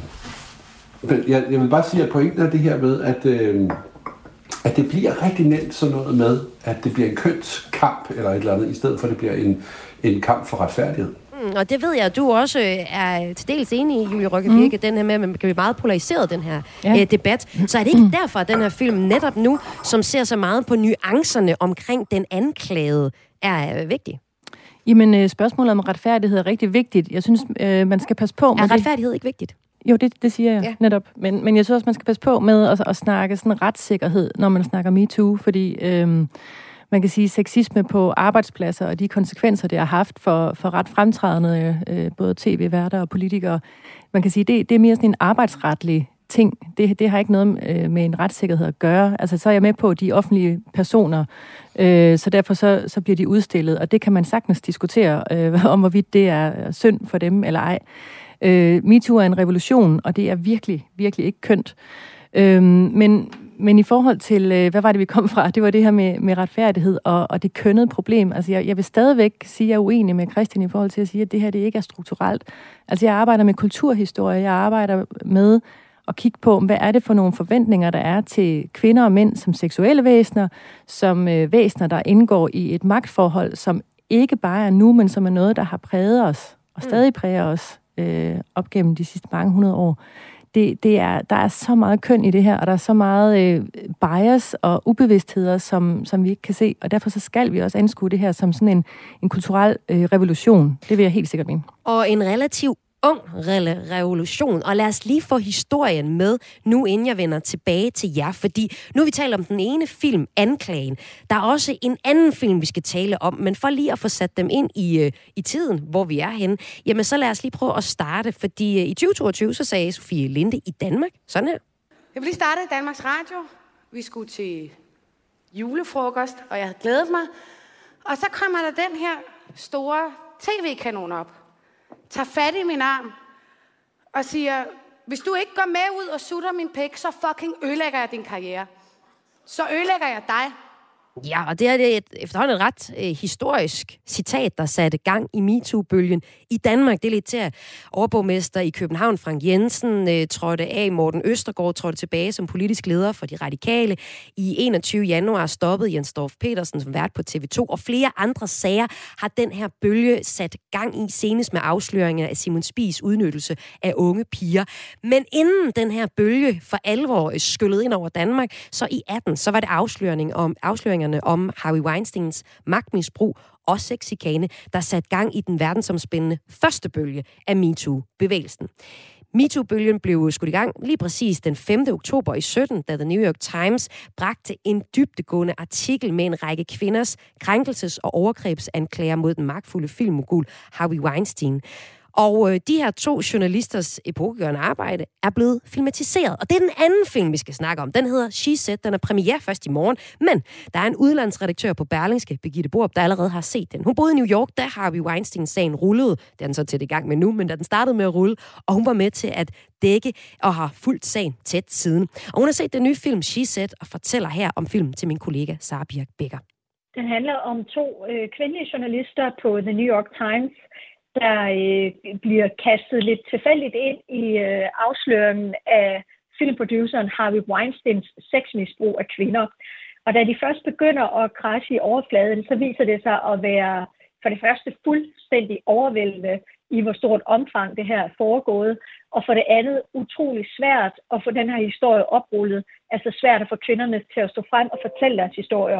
Jeg, jeg vil bare sige, at pointen er det her med, at, øh, at det bliver rigtig nemt sådan noget med, at det bliver en kønskamp eller et eller andet, i stedet for at det bliver en, en kamp for retfærdighed. Mm, og det ved jeg, at du også er til dels enig i, Julie Rockjær Birk, mm. den her med, at man kan blive meget polariseret, den her ja. øh, debat. Så er det ikke derfor, at den her film netop nu, som ser så meget på nuancerne omkring den anklagede, er øh, vigtig? Jamen, øh, spørgsmålet om retfærdighed er rigtig vigtigt. Jeg synes, øh, man skal passe på med Er retfærdighed det. Ikke vigtigt? Jo, det, det siger jeg ja. netop. Men, men jeg synes også, man skal passe på med at, at snakke sådan retssikkerhed, når man snakker MeToo, fordi øh, man kan sige, sexisme på arbejdspladser og de konsekvenser, det har haft for, for ret fremtrædende øh, både tv-værter og politikere. Man kan sige, det, det er mere sådan en arbejdsretlig ting. Det, det har ikke noget øh, med en retssikkerhed at gøre. Altså, så er jeg med på de offentlige personer, øh, så derfor så, så bliver de udstillet, og det kan man sagtens diskutere øh, om, hvorvidt det er synd for dem eller ej. Øh, MeToo er en revolution, og det er virkelig, virkelig ikke kønt. Øhm, men, men i forhold til, øh, hvad var det, vi kom fra? Det var det her med, med retfærdighed og, og det kønnede problem. Altså, jeg, jeg vil stadigvæk sige, at jeg er uenig med Christian i forhold til at sige, at det her det ikke er strukturelt. Altså, jeg arbejder med kulturhistorie, jeg arbejder med at kigge på, hvad er det for nogle forventninger, der er til kvinder og mænd som seksuelle væsener, som øh, væsener, der indgår i et magtforhold, som ikke bare er nu, men som er noget, der har præget os, og stadig præger os øh, op gennem de sidste mange hundrede år. Det, det er, der er så meget køn i det her, og der er så meget øh, bias og ubevidstheder, som, som vi ikke kan se, og derfor så skal vi også anskue det her som sådan en, en kulturel øh, revolution. Det vil jeg helt sikkert mene. Og en relativ ung revolution, og lad os lige få historien med nu, inden jeg vender tilbage til jer, fordi nu vi taler om den ene film, Anklagen. Der er også en anden film, vi skal tale om, men for lige at få sat dem ind i, i tiden, hvor vi er henne, jamen så lad os lige prøve at starte, fordi i tyve toogtyve, så sagde Sofie Linde i Danmark sådan her. Jeg blev lige startet i Danmarks Radio. Vi skulle til julefrokost, og jeg havde glædet mig. Og så kommer der den her store tv-kanon op, tager fat i min arm og siger, hvis du ikke går med ud og sutter min pik, så fucking ødelægger jeg din karriere. Så ødelægger jeg dig. Ja, og det er et efterhånden et ret øh, historisk citat, der satte gang i MeToo-bølgen i Danmark. Det er lidt til, at overborgmester i København, Frank Jensen, øh, trådte af. Morten Østergaard trådte tilbage som politisk leder for de radikale. I enogtyvende januar stoppede Jens Dorph Petersen som vært på T V to, og flere andre sager har den her bølge sat gang i, senest med afsløringer af Simon Spies udnyttelse af unge piger. Men inden den her bølge for alvor skyllede ind over Danmark, så i atten, så var det afsløring om afsløringer om Harvey Weinsteins magtmisbrug og sexchikane, der satte gang i den verdensomspændende første bølge af MeToo-bevægelsen. MeToo-bølgen blev skudt i gang lige præcis den femte oktober i sytten, da The New York Times bragte en dybdegående artikel med en række kvinders krænkelses- og overgrebsanklager mod den magtfulde filmmogul Harvey Weinstein. Og øh, de her to journalisters epokegørende arbejde er blevet filmatiseret. Og det er den anden film, vi skal snakke om. Den hedder She Said. Den er premiere først i morgen. Men der er en udlandsredaktør på Berlingske, Birgitte Borup, der allerede har set den. Hun boede i New York, da Harvey Weinstein-sagen rullede. Det er den så til det gang med nu, men da den startede med at rulle. Og hun var med til at dække og har fulgt sagen tæt siden. Og hun har set den nye film She Said og fortæller her om filmen til min kollega Sara Birk Becker. Den handler om to øh, kvindelige journalister på The New York Times, der øh, bliver kastet lidt tilfældigt ind i øh, afsløringen af filmproduceren Harvey Weinsteins sexmisbrug af kvinder. Og da de først begynder at kradse i overfladen, så viser det sig at være for det første fuldstændig overvældende i, hvor stort omfang det her er foregået, og for det andet utrolig svært at få den her historie oprullet, altså svært at få kvinderne til at stå frem og fortælle deres historier.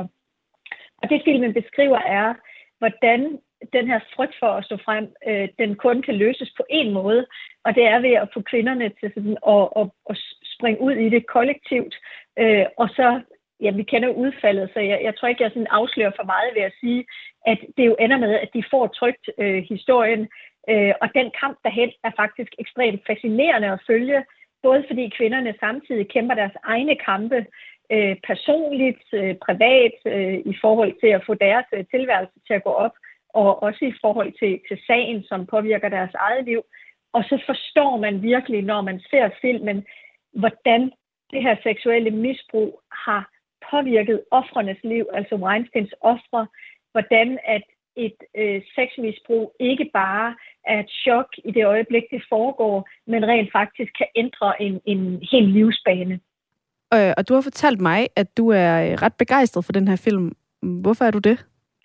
Og det filmen beskriver er, hvordan den her frygt for at stå frem, øh, den kun kan løses på en måde, og det er ved at få kvinderne til sådan at, at, at springe ud i det kollektivt, øh, og så, ja, vi kender udfaldet, så jeg, jeg tror ikke, jeg sådan afslører for meget ved at sige, at det jo ender med, at de får trykt øh, historien, øh, og den kamp derhen er faktisk ekstremt fascinerende at følge, både fordi kvinderne samtidig kæmper deres egne kampe, øh, personligt, øh, privat, øh, i forhold til at få deres øh, tilværelse til at gå op, og også i forhold til, til sagen, som påvirker deres eget liv. Og så forstår man virkelig, når man ser filmen, hvordan det her seksuelle misbrug har påvirket ofrenes liv, altså Weinsteins ofre, hvordan at et øh, sexmisbrug ikke bare er et chok i det øjeblik, det foregår, men rent faktisk kan ændre en, en hel livsbane. Øh, og du har fortalt mig, at du er ret begejstret for den her film. Hvorfor er du det?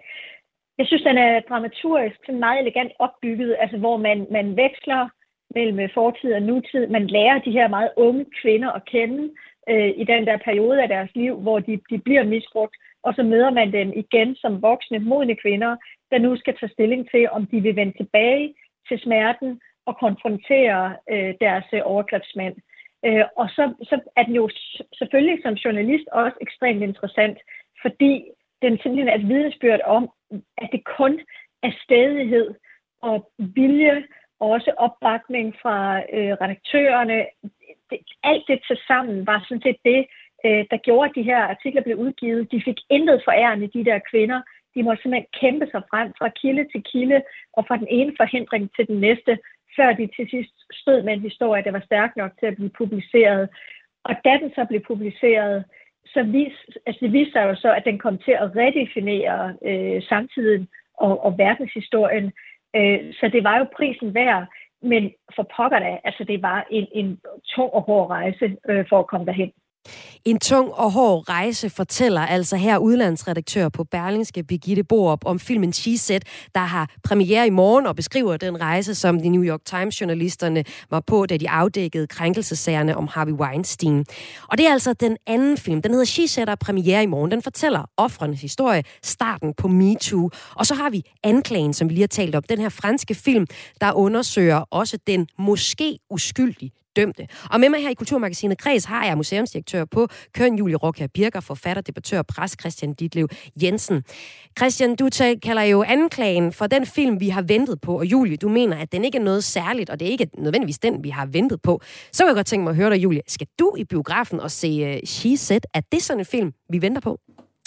Jeg synes, den er dramaturgisk meget elegant opbygget, altså hvor man, man veksler mellem fortid og nutid. Man lærer de her meget unge kvinder at kende øh, i den der periode af deres liv, hvor de, de bliver misbrugt, og så møder man dem igen som voksne, modne kvinder, der nu skal tage stilling til, om de vil vende tilbage til smerten og konfrontere øh, deres øh, overgrebsmænd. Øh, og så, så er den jo selvfølgelig som journalist også ekstremt interessant, fordi den simpelthen er et vidnesbyrd om, at det kun er stædighed og vilje, og også opbakning fra øh, redaktørerne. Det, alt det til sammen var sådan set det, øh, der gjorde, at de her artikler blev udgivet. De fik intet forærende, de der kvinder. De måtte simpelthen kæmpe sig frem fra kilde til kilde, og fra den ene forhindring til den næste, før de til sidst stod med en historie, der var stærk nok til at blive publiceret. Og da den så blev publiceret, så vis, altså det viste sig jo så, at den kom til at redefinere øh, samtiden og, og verdenshistorien. Øh, så det var jo prisen værd, men for pokker da, altså det var en, en tung og hård rejse øh, for at komme derhen. En tung og hård rejse fortæller altså her udlandsredaktør på Berlingske, Birgitte Borup, om filmen She Said, der har premiere i morgen og beskriver den rejse, som de New York Times-journalisterne var på, da de afdækkede krænkelsessagerne om Harvey Weinstein. Og det er altså den anden film. Den hedder She Said, der premiere i morgen. Den fortæller ofrenes historie, starten på MeToo. Og så har vi Anklagen, som vi lige har talt om. Den her franske film, der undersøger også den måske uskyldige dømte. Og med mig her i Kulturmagasinet Kreds har jeg museumsdirektør på Køn, Julie Rockher Birker, forfatter, debattør og præst Christian Ditlev Jensen. Christian, du kalder jo Anklagen for den film, vi har ventet på, og Julie, du mener, at den ikke er noget særligt, og det er ikke nødvendigvis den, vi har ventet på. Så vil jeg godt tænke mig at høre dig, Julie. Skal du i biografen og se uh, She Said? Er det sådan en film, vi venter på?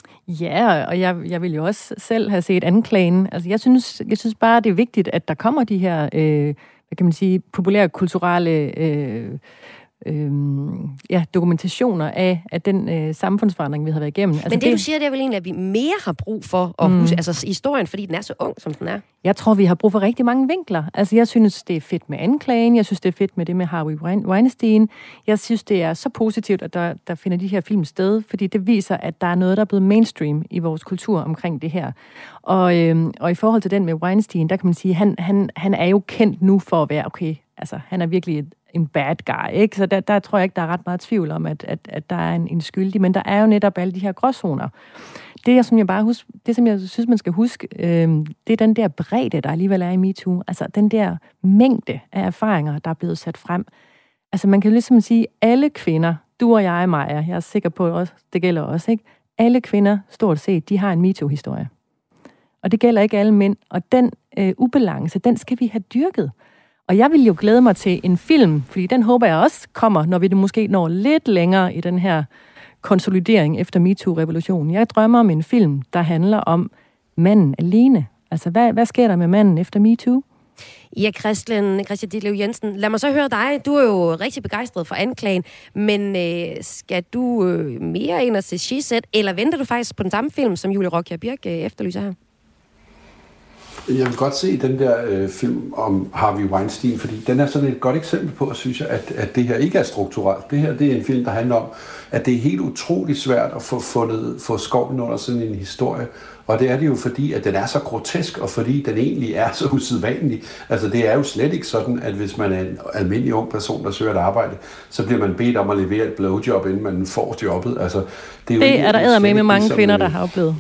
Ja, og jeg, jeg vil jo også selv have set Anklagen. Altså, jeg synes, jeg synes bare, det er vigtigt, at der kommer de her øh, hvad kan man sige, populære kulturelle øh, øh, ja, dokumentationer af, af den øh, samfundsforandring, vi har været igennem. Altså, Men det, det, du siger, det er vel egentlig, at vi mere har brug for at mm. huske altså, historien, fordi den er så ung, som den er? Jeg tror, vi har brug for rigtig mange vinkler. Altså, jeg synes, det er fedt med Anklagen. Jeg synes, det er fedt med det med Harvey Weinstein. Jeg synes, det er så positivt, at der, der finder de her film sted, fordi det viser, at der er noget, der er blevet mainstream i vores kultur omkring det her. Og, øhm, og i forhold til den med Weinstein, der kan man sige, han, han, han er jo kendt nu for at være, okay, altså, han er virkelig et, en bad guy, ikke? Så der, der tror jeg ikke, der er ret meget tvivl om, at, at, at der er en, en skyldig, men der er jo netop alle de her gråzoner. Det, som jeg bare husk, det, som jeg synes, man skal huske, øh, det er den der bredde, der alligevel er i MeToo. Altså den der mængde af erfaringer, der er blevet sat frem. Altså man kan ligesom sige, alle kvinder, du og jeg, Maja, jeg er sikker på, også, det gælder også, ikke? Alle kvinder, stort set, de har en MeToo-historie. Og det gælder ikke alle mænd. Og den øh, ubalance, den skal vi have dyrket. Og jeg vil jo glæde mig til en film, fordi den håber jeg også kommer, når vi det måske når lidt længere i den her konsolidering efter MeToo-revolutionen. Jeg drømmer om en film, der handler om manden alene. Altså, hvad, hvad sker der med manden efter MeToo? Ja, Christian, Christian Ditlev Jensen, lad mig så høre dig. Du er jo rigtig begejstret for Anklagen, men øh, skal du øh, mere ind og se She Said, eller venter du faktisk på den samme film, som Julie Rockher Birk øh, efterlyser her? Jeg vil godt se den der øh, film om Harvey Weinstein, fordi den er sådan et godt eksempel på, synes jeg, at, at det her ikke er strukturelt. Det her, det er en film, der handler om, at det er helt utroligt svært at få fundet, få skoven under sådan en historie. Og det er det jo fordi, at den er så grotesk, og fordi den egentlig er så usædvanlig. Altså det er jo slet ikke sådan, at hvis man er en almindelig ung person, der søger et arbejde, så bliver man bedt om at levere et blowjob, inden man får jobbet. Altså, det er, jo det er der eddermame med mange ligesom, kvinder, der har oplevet.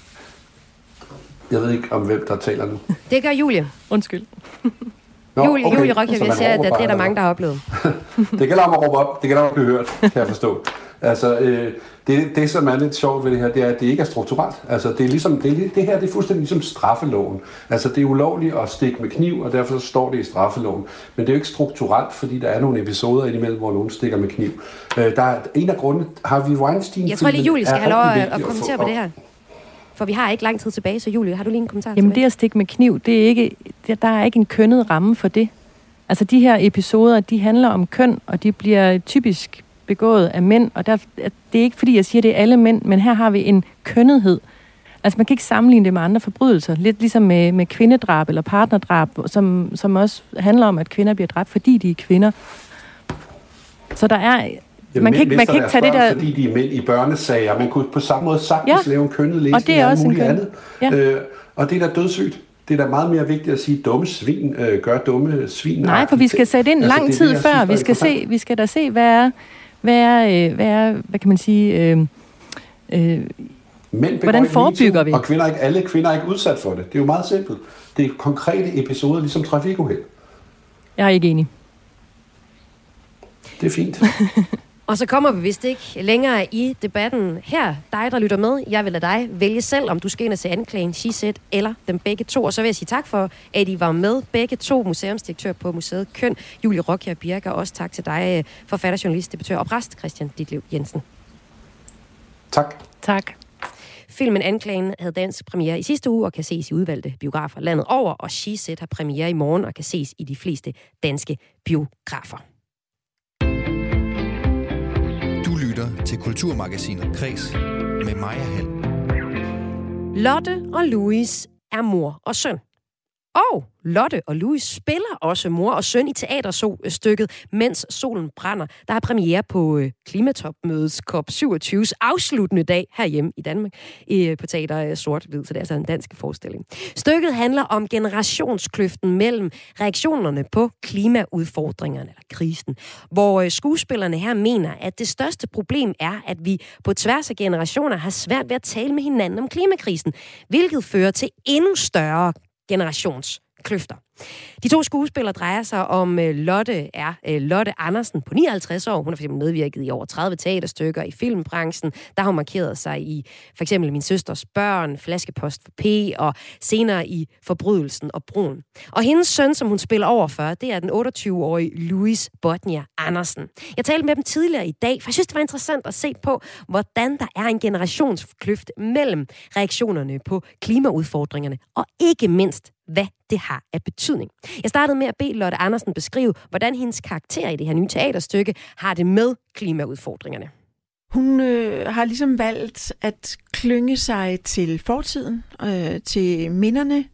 Jeg ved ikke, om hvem der taler nu. Det gør Julie. Undskyld. Nå, Julie, okay. Julie Rockher, jeg siger, at det er der mange, der har oplevet. Det gælder om at råbe op. Det gælder om at blive hørt, kan jeg forstå. Altså, øh, det, det, som er lidt sjovt ved det her, det er, at det ikke er strukturelt. Altså, det er ligesom, det, det her det er fuldstændig ligesom straffeloven. Altså, det er ulovligt at stikke med kniv, og derfor så står det i straffeloven. Men det er jo ikke strukturelt, fordi der er nogle episoder indimellem, hvor nogen stikker med kniv. Øh, der er en af grundene, Harvey Weinstein... Jeg tror lige, Julie skal have lov at, at kommentere på det her. For vi har ikke lang tid tilbage, så Julie, har du lige en kommentar? Jamen tilbage? det at stikke med kniv, det er ikke, der er ikke en kønnet ramme for det. Altså de her episoder, de handler om køn, og de bliver typisk begået af mænd, og der, det er ikke fordi, jeg siger, det er alle mænd, men her har vi en kønnethed. Altså man kan ikke sammenligne det med andre forbrydelser, lidt ligesom med, med kvindedrab eller partnerdrab, som, som også handler om, at kvinder bliver dræbt, fordi de er kvinder. Så der er... Jamen, man kan ikke, man kan ikke tage det der... Fordi de er mænd i børnesager. Man kunne på samme måde sagtens ja. lave en kønnet læsning og det er også en køn. andet. Ja. Øh, og det er da dødssygt. Det er da meget mere vigtigt at sige, dumme svin øh, gør dumme svin. Nej, for vi skal sætte ind altså, lang tid det, før. Vi skal, se, vi skal da se, hvad er, hvad er, hvad er, hvad kan man sige... Øh, øh, hvordan forebygger vi? Og kvinder ikke, alle kvinder er ikke udsat for det. Det er jo meget simpelt. Det er konkrete episoder, ligesom trafikuheld. Jeg er ikke enig. Det er fint. Og så kommer vi vist ikke længere i debatten her. Dig, der lytter med, jeg vil lade dig vælge selv, om du skal ind og se Anklagen, She Said eller dem begge to. Og så vil jeg sige tak for, at I var med begge to, museumsdirektør på Museet Køn, Julie Rockher Birker. Også tak til dig, forfatter, journalist, debattør og præst Christian Ditlev Jensen. Tak. Tak. Filmen Anklagen havde dansk premiere i sidste uge og kan ses i udvalgte biografer landet over. Og She Said har premiere i morgen og kan ses i de fleste danske biografer. lytter til Kulturmagasinet Kres med Maja Hall. Lotte og Louis er mor og søn. Og Lotte og Louis spiller også mor og søn i teaterstykket Mens solen brænder, der har premiere på klimatopmødets C O P syvogtyve afsluttende dag herhjemme i Danmark på Teater Sort-Hvid, så det er altså en dansk forestilling. Stykket handler om generationskløften mellem reaktionerne på klimaudfordringerne eller krisen, hvor skuespillerne her mener, at det største problem er, at vi på tværs af generationer har svært ved at tale med hinanden om klimakrisen, hvilket fører til endnu større generationskløfter. De to skuespillere drejer sig om uh, Lotte er uh, Lotte Andersen på nioghalvtreds år. Hun har for eksempel medvirket i over tredive teaterstykker i filmbranchen. Der har hun markeret sig i for eksempel Min søsters børn, Flaskepost for P og senere i Forbrydelsen og Broen. Og hendes søn, som hun spiller over for, det er den otteogtyve-årige Louis Botnia Andersen. Jeg talte med dem tidligere i dag, for jeg synes, det var interessant at se på, hvordan der er en generationskløft mellem reaktionerne på klimaudfordringerne, og ikke mindst, hvad det har af betydning. Jeg startede med at bede Lotte Andersen beskrive, hvordan hendes karakter i det her nye teaterstykke har det med klimaudfordringerne. Hun øh, har ligesom valgt at klynge sig til fortiden, øh, til minderne,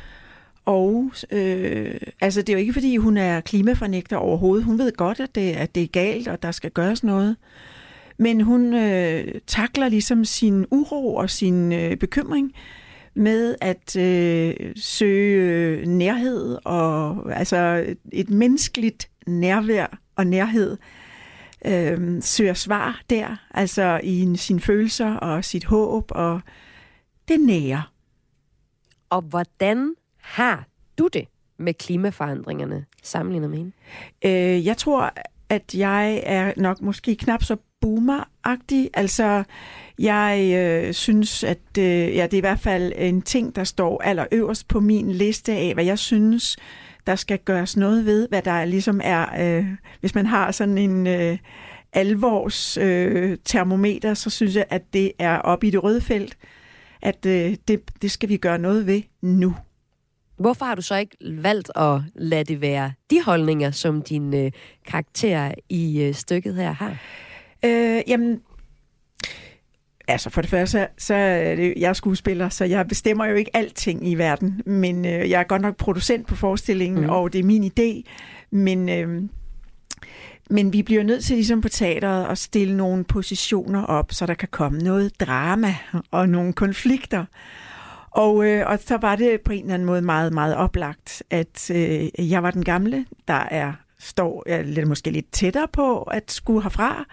og øh, altså det er jo ikke fordi hun er klimafornægter overhovedet. Hun ved godt, at det, at det er galt, og der skal gøres noget. Men hun øh, takler ligesom sin uro og sin øh, bekymring med at øh, søge nærhed og altså et menneskeligt nærvær og nærhed øh, søger svar der, altså i sine følelser og sit håb og det nære. Og hvordan har du det med klimaforandringerne sammenlignet med hende? Øh, jeg tror, at jeg er nok måske knap så boomer-agtig. Altså, jeg øh, synes, at øh, ja, det er i hvert fald en ting, der står allerøverst på min liste af, hvad jeg synes, der skal gøres noget ved, hvad der ligesom er, øh, hvis man har sådan en øh, alvors øh, termometer, så synes jeg, at det er oppe i det røde felt, at øh, det, det skal vi gøre noget ved nu. Hvorfor har du så ikke valgt at lade det være de holdninger, som din øh, karakter i øh, stykket her har? Øh, jamen, altså for det første, så er det, jeg er skuespiller, så jeg bestemmer jo ikke alting i verden, men øh, jeg er godt nok producent på forestillingen, mm. og det er min idé, men, øh, men vi bliver nødt til ligesom på teateret at stille nogle positioner op, så der kan komme noget drama og nogle konflikter. Og, øh, og så var det på en eller anden måde meget, meget oplagt, at øh, jeg var den gamle, der er står er måske lidt tættere på at skulle herfra,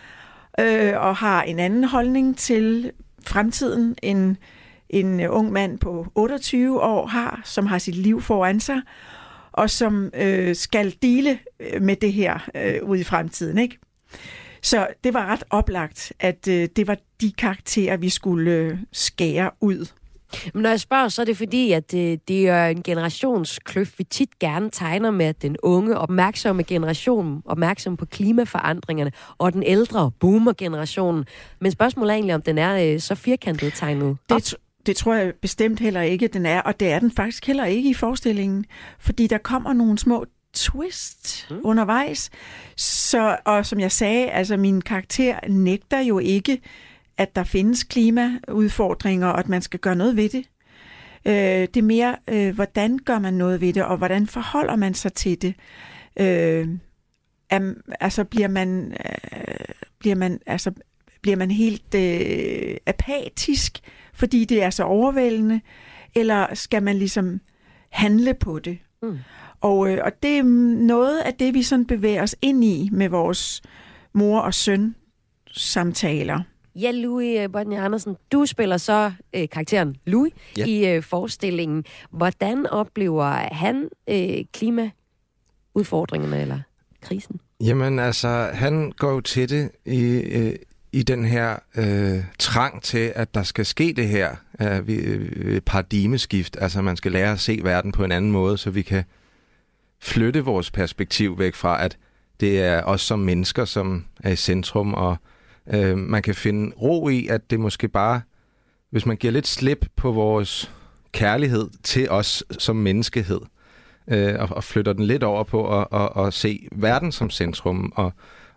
øh, og har en anden holdning til fremtiden, end en ung mand på otteogtyve år har, som har sit liv foran sig, og som øh, skal dele med det her øh, ude i fremtiden, ikke? Så det var ret oplagt, at øh, det var de karakterer, vi skulle øh, skære ud. Men når jeg spørger, så er det fordi, at det, det er en generationskløft, vi tit gerne tegner med den unge, opmærksomme generation, opmærksom på klimaforandringerne, og den ældre boomer-generationen. Men spørgsmålet er egentlig, om den er øh, så firkantet tegnet op. Det, det tror jeg bestemt heller ikke, den er, og det er den faktisk heller ikke i forestillingen, fordi der kommer nogle små twist mm. undervejs. Så, og som jeg sagde, altså min karakter nægter jo ikke, at der findes klimaudfordringer, og at man skal gøre noget ved det. Øh, det er mere, øh, hvordan gør man noget ved det, og hvordan forholder man sig til det. Øh, am, altså bliver man, øh, bliver man, altså, bliver man helt øh, apatisk, fordi det er så overvældende, eller skal man ligesom handle på det? Mm. Og, øh, og det er noget af det, vi sådan bevæger os ind i med vores mor og søn samtaler. Ja, Louis Botnia Andersen, du spiller så øh, karakteren Louis ja. i øh, forestillingen. Hvordan oplever han øh, klimaudfordringerne eller krisen? Jamen altså, han går jo til det i, øh, i den her øh, trang til, at der skal ske det her øh, øh, paradigmeskift. Altså, man skal lære at se verden på en anden måde, så vi kan flytte vores perspektiv væk fra, at det er os som mennesker, som er i centrum, og øh, man kan finde ro i, at det måske bare, hvis man giver lidt slip på vores kærlighed til os som menneskehed, øh, og, og flytter den lidt over på at og, og se verden som centrum, og,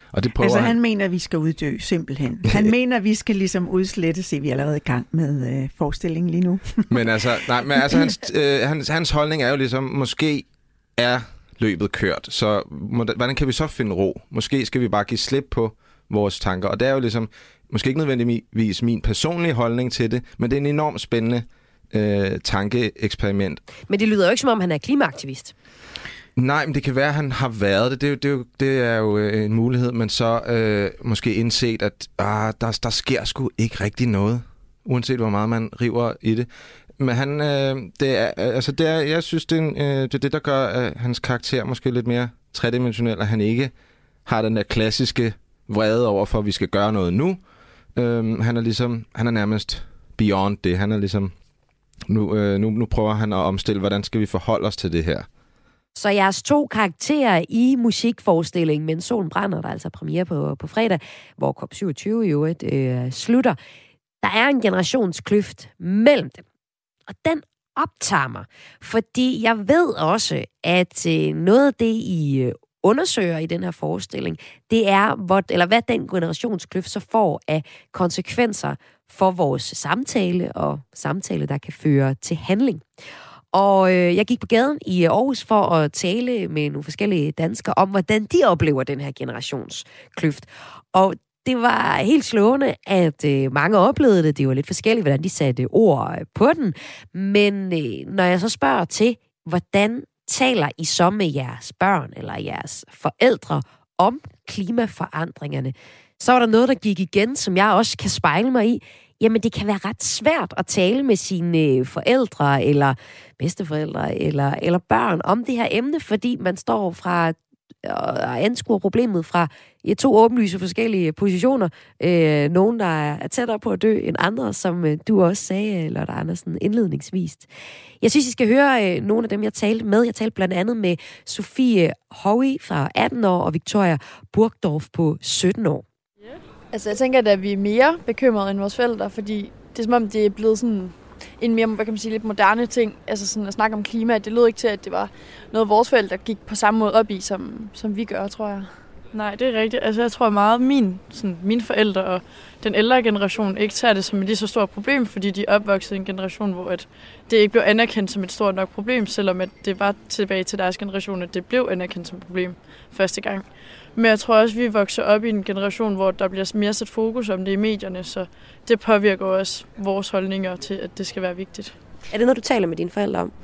Og det prøver altså han. han mener, at vi skal uddø, simpelthen. Han mener, at vi skal ligesom udslette, se, vi er allerede i gang med øh, forestillingen lige nu. men altså, nej, men altså hans, øh, hans, hans holdning er jo ligesom, måske er løbet kørt, så må, hvordan kan vi så finde ro? Måske skal vi bare give slip på vores tanker, og det er jo ligesom, måske ikke nødvendigvis min personlige holdning til det, men det er en enormt spændende øh, tankeeksperiment. Men det lyder jo ikke, som om han er klimaaktivist. Nej, men det kan være, at han har været det. Det er jo, det er jo, det er jo øh, en mulighed, men så øh, måske indset, at ah, der, der sker sgu ikke rigtig noget, uanset hvor meget man river i det. Men han, øh, det er, altså det er, jeg synes, det er, en, øh, det er det, der gør øh, hans karakter måske lidt mere tredimensionel, at han ikke har den der klassiske vrede over, for at vi skal gøre noget nu. Øh, han er ligesom, han er nærmest beyond det. Han er ligesom, nu, øh, nu, nu prøver han at omstille, hvordan skal vi forholde os til det her. Så jeres to karakterer i musikforestillingen, Men solen brænder, der er altså premiere på, på fredag, hvor C O P syvogtyve jo et øh, slutter. Der er en generationskløft mellem dem. Og den optager mig, fordi jeg ved også, at øh, noget af det, I øh, undersøger i den her forestilling, det er, hvor, eller hvad den generationskløft så får af konsekvenser for vores samtale, og samtale, der kan føre til handling. Og øh, jeg gik på gaden i Aarhus for at tale med nogle forskellige danskere om, hvordan de oplever den her generationskløft. Og det var helt slående, at øh, mange oplevede det. Det var lidt forskelligt, hvordan de satte ord på den. Men øh, når jeg så spørger til, hvordan taler I så med jeres børn eller jeres forældre om klimaforandringerne, så var der noget, der gik igen, som jeg også kan spejle mig i. Jamen, det kan være ret svært at tale med sine forældre eller bedsteforældre eller, eller børn om det her emne, fordi man står fra og anskuer problemet fra ja, to åbenlyse forskellige positioner. Øh, nogen, der er tættere på at dø end andre, som øh, du også sagde, Lotte Andersen, indledningsvist. Jeg synes, I skal høre øh, nogle af dem, jeg talte med. Jeg talte blandt andet med Sofie Howie fra atten år og Victoria Burgdorf på sytten år. Altså, jeg tænker, at vi er mere bekymrede end vores forældre, fordi det er som om, det er blevet sådan en mere, hvad kan man sige, lidt moderne ting, altså sådan at snakke om klima. Det lød ikke til, at det var noget, vores forældre gik på samme måde op i, som, som vi gør, tror jeg. Nej, det er rigtigt. Altså, jeg tror meget, min, sådan, mine forældre og den ældre generation ikke tager det som et lige så stort problem, fordi de er opvokset i en generation, hvor at det ikke blev anerkendt som et stort nok problem, selvom at det var tilbage til deres generation, at det blev anerkendt som et problem første gang. Men jeg tror også, at vi vokser op i en generation, hvor der bliver mere sat fokus om det i medierne, så det påvirker også vores holdninger til, at det skal være vigtigt. Er det noget, du taler med dine forældre om?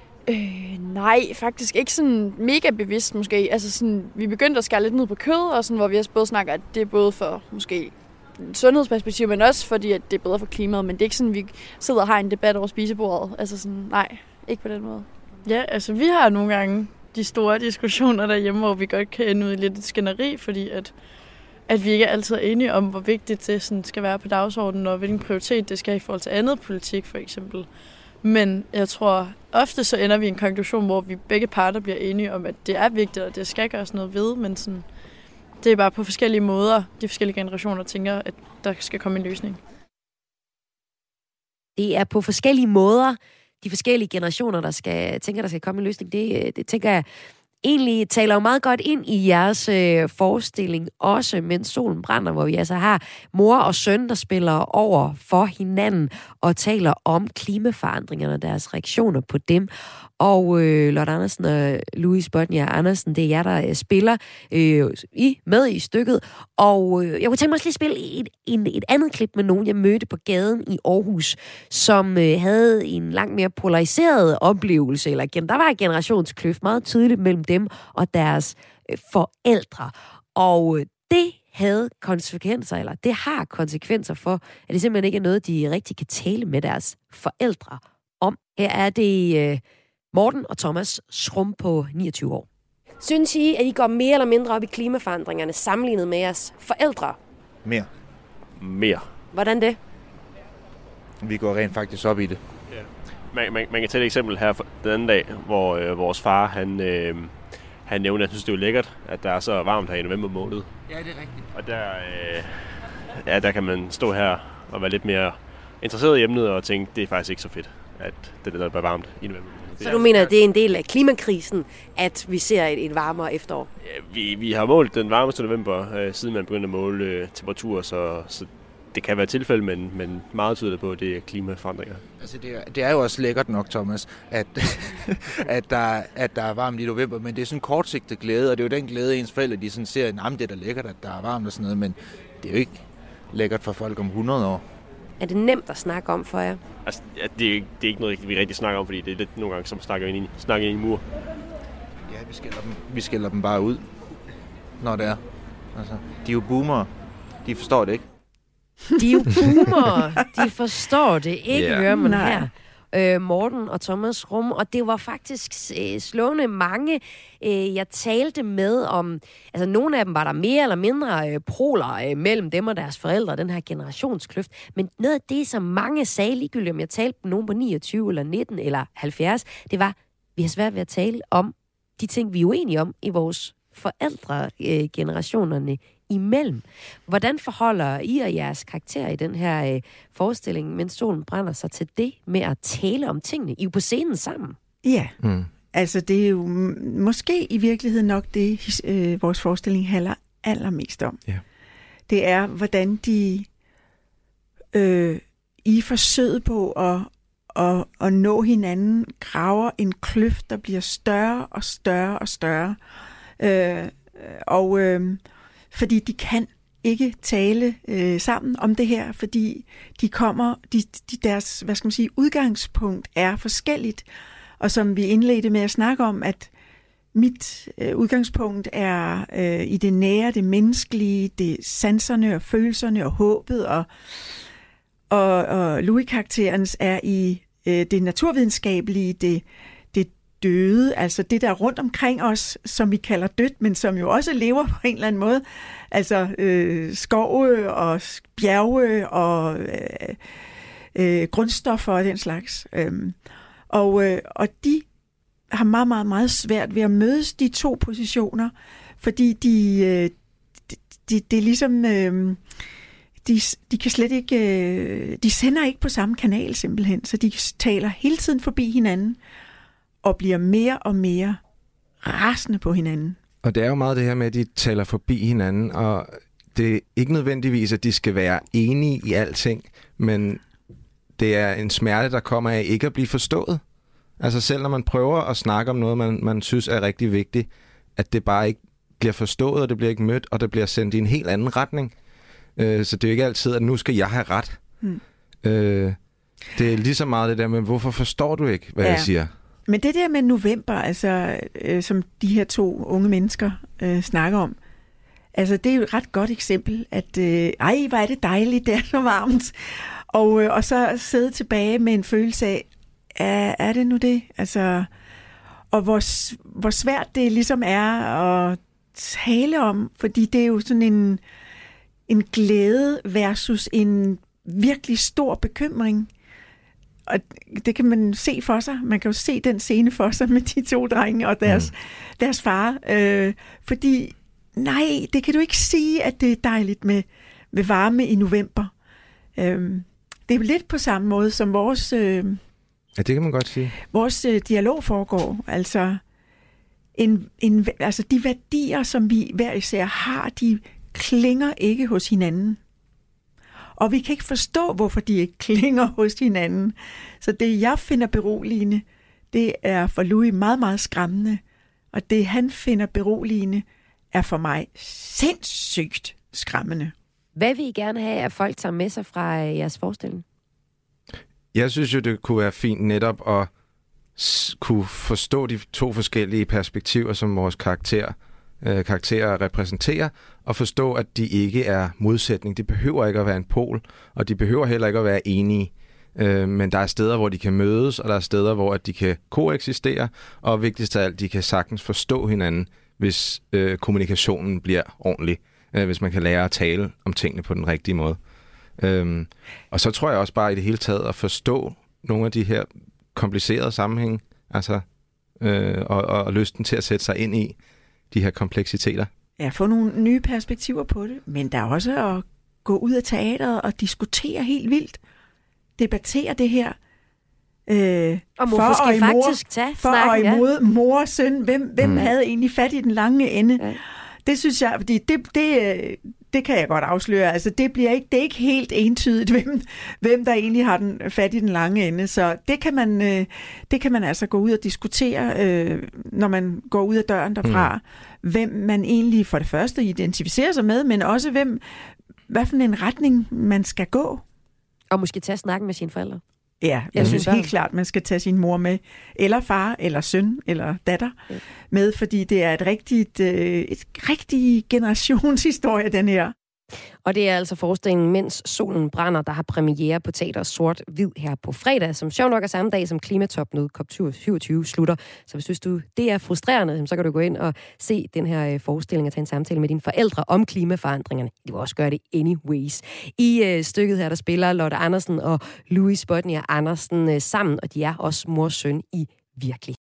Øh, nej, faktisk ikke sådan mega bevidst måske. Altså sådan, vi begyndte at skære lidt ned på kød, og sådan, hvor vi også både snakker, at det er både for måske sundhedsperspektiv, men også fordi, at det er bedre for klimaet. Men det er ikke sådan, at vi sidder og har en debat over spisebordet. Altså sådan, nej, ikke på den måde. Ja, altså vi har nogle gange de store diskussioner derhjemme, hvor vi godt kan ende ud i lidt et skænderi, fordi at, at vi ikke altid er enige om, hvor vigtigt det sådan skal være på dagsordenen, og hvilken prioritet det skal have i forhold til andet politik, for eksempel. Men jeg tror, ofte så ender vi i en konklusion, hvor vi begge parter bliver enige om, at det er vigtigt, og det skal gøres noget ved, men sådan, det er bare på forskellige måder, de forskellige generationer tænker, at der skal komme en løsning. Det er på forskellige måder, de forskellige generationer, der skal tænker, der skal komme en løsning. Det, det tænker jeg egentlig taler jo meget godt ind i jeres øh, forestilling, også mens solen brænder, hvor vi altså har mor og søn, der spiller over for hinanden og taler om klimaforandringerne og deres reaktioner på dem. Og øh, Lotte Andersen og Louise Bodnia Andersen, det er jer, der øh, spiller øh, i, med i stykket. Og øh, jeg kunne tænke mig også lige spille et, en, et andet klip med nogen, jeg mødte på gaden i Aarhus, som øh, havde en langt mere polariseret oplevelse. Eller der var en generationskløft meget tydeligt mellem dem og deres øh, forældre. Og øh, det havde konsekvenser, eller det har konsekvenser for, at det simpelthen ikke er noget, de rigtig kan tale med deres forældre om. Her er det øh, Morten og Thomas Schrum på niogtyve år. Synes I, at I går mere eller mindre op i klimaforandringerne sammenlignet med jeres forældre? Mere. Mere. Hvordan det? Vi går rent faktisk op i det. Ja. Man, man, man kan tage et eksempel her den anden dag, hvor øh, vores far, han, øh, han nævnte, at han synes, det er lækkert, at der er så varmt her i november måned. Ja, det er rigtigt. Og der, øh, ja, der kan man stå her og være lidt mere interesseret i emnet og tænke, det er faktisk ikke så fedt, at det der bliver varmt i november. Så du mener, at det er en del af klimakrisen, at vi ser et, et varmere efterår? Ja, vi, vi har målt den varmeste november, øh, siden man begyndte at måle øh, temperaturer, så, så det kan være et tilfælde, men, men meget tydeligt på, at det er klimaforandringer. Altså det, er, det er jo også lækkert nok, Thomas, at, at, der, at der er varmt i november, men det er sådan en kortsigtet glæde, og det er jo den glæde, ens forældre de sådan ser, at det er da lækkert, at der er varmt og sådan noget, men det er jo ikke lækkert for folk om hundrede år. Er det nemt at snakke om for jer? Altså, ja, det, er, det er ikke noget, vi rigtig snakker om, fordi det er lidt nogle gange, som snakker ind i, snakker ind i en mur. Ja, vi skælder dem, vi skælder dem bare ud, når det er. Altså, de er jo boomere. De forstår det ikke. De er jo boomere. De forstår det ikke, yeah. hører man her. Øh, Morten og Thomas Rum, og det var faktisk øh, slående mange, øh, jeg talte med om, altså nogle af dem var der mere eller mindre øh, proler øh, mellem dem og deres forældre, den her generationskløft, men noget af det, som mange sagde, ligegyldigt om jeg talte med nogen på niogtyve eller nitten eller halvfjerds, det var, vi har svært ved at tale om de ting, vi er uenige om i vores forældregenerationerne øh, imellem. Hvordan forholder I og jeres karakter i den her øh, forestilling, mens solen brænder sig til det med at tale om tingene? I er jo på scenen sammen. Ja, mm. altså det er jo måske i virkeligheden nok det, øh, vores forestilling handler allermest om. Ja. Det er, hvordan de øh, i forsøget på at, at, at nå hinanden graver en kløft, der bliver større og større og større. Øh, og øh, fordi de kan ikke tale øh, sammen om det her, fordi de kommer, de, de deres, hvad skal man sige, udgangspunkt er forskelligt. Og som vi indledte med at snakke om, at mit øh, udgangspunkt er øh, i det nære, det menneskelige, det sanserne og følelserne og håbet, og, og, og Louis-karakterens er i øh, det naturvidenskabelige, det døde, altså det der rundt omkring os, som vi kalder dødt, men som jo også lever på en eller anden måde. Altså øh, skove og bjerge og øh, øh, grundstoffer og den slags. Øhm, og, øh, og de har meget, meget, meget svært ved at mødes, de to positioner, fordi de, øh, de, de, det er ligesom... Øh, de, de kan slet ikke... Øh, de sender ikke på samme kanal simpelthen, så de taler hele tiden forbi hinanden, og bliver mere og mere rasende på hinanden. Og det er jo meget det her med, at de taler forbi hinanden, og det er ikke nødvendigvis, at de skal være enige i alting, men det er en smerte, der kommer af ikke at blive forstået. Altså selv når man prøver at snakke om noget, man, man synes er rigtig vigtigt, at det bare ikke bliver forstået, og det bliver ikke mødt, og det bliver sendt i en helt anden retning. Øh, så det er jo ikke altid, at nu skal jeg have ret. Hmm. Øh, det er lige så meget det der med, hvorfor forstår du ikke, hvad ja. jeg siger? Men det der med november, altså, øh, som de her to unge mennesker øh, snakker om, altså det er jo et ret godt eksempel, at øh, ej, hvor er det dejligt, det er så varmt. Og, øh, og så sidde tilbage med en følelse af, er, er det nu det? Altså, og hvor, hvor svært det ligesom er at tale om, fordi det er jo sådan en, en glæde versus en virkelig stor bekymring. Og det kan man se for sig. Man kan jo se den scene for sig med de to drenge og deres, mm. deres far. Øh, fordi, nej, det kan du ikke sige, at det er dejligt med, med varme i november. Øh, det er lidt på samme måde som vores... Øh, ja, det kan man godt sige. Vores øh, dialog foregår. Altså, en, en, altså, de værdier, som vi hver især har, de klinger ikke hos hinanden. Og vi kan ikke forstå, hvorfor de ikke klinger hos hinanden. Så det, jeg finder beroligende, det er for Louis meget, meget skræmmende. Og det, han finder beroligende, er for mig sindssygt skræmmende. Hvad vil I gerne have, at folk tager med sig fra jeres forestilling? Jeg synes jo, det kunne være fint netop at kunne forstå de to forskellige perspektiver, som vores karakter, øh, karakterer repræsenterer, og forstå, at de ikke er modsætning. De behøver ikke at være en pol, og de behøver heller ikke at være enige. Øh, men der er steder, hvor de kan mødes, og der er steder, hvor de kan koeksistere, og vigtigst af alt, de kan sagtens forstå hinanden, hvis øh, kommunikationen bliver ordentlig. Øh, hvis man kan lære at tale om tingene på den rigtige måde. Øh, og så tror jeg også bare i det hele taget at forstå nogle af de her komplicerede sammenhænge, altså, øh, og, og, og lysten til at sætte sig ind i de her kompleksiteter. Ja, få nogle nye perspektiver på det, men der er også at gå ud af teateret og diskutere helt vildt. Debattere det her. Øh, og må for måske og imod, faktisk tage for snakken, og imod ja. mor og søn. Hvem, hvem mm. havde egentlig fat i den lange ende? Ja. Det synes jeg, fordi det, det, det kan jeg godt afsløre. Altså, det, bliver ikke, det er ikke helt entydigt, hvem, hvem der egentlig har den fat i den lange ende. Så det kan man, det kan man altså gå ud og diskutere, når man går ud af døren derfra. Mm. Hvem man egentlig for det første identificerer sig med, men også hvem, hvad for en retning man skal gå. Og måske tage snakken med sine forældre. Ja, jeg mm. synes helt klart, man skal tage sin mor med, eller far, eller søn, eller datter ja. med, fordi det er et rigtigt, et rigtig generationshistorie, den her. Og det er altså forestillingen Mens solen brænder, der har premiere på Teater Sort-Hvid her på fredag, som sjov nok er samme dag, som klimatopmødet C O P syvogtyve slutter. Så hvis synes du, det er frustrerende, så kan du gå ind og se den her forestilling og tage en samtale med dine forældre om klimaforandringerne. Du vil også gøre det anyways. I øh, stykket her, der spiller Lotte Andersen og Louis Bodnier Andersen øh, sammen, og de er også mor og søn i virkelig.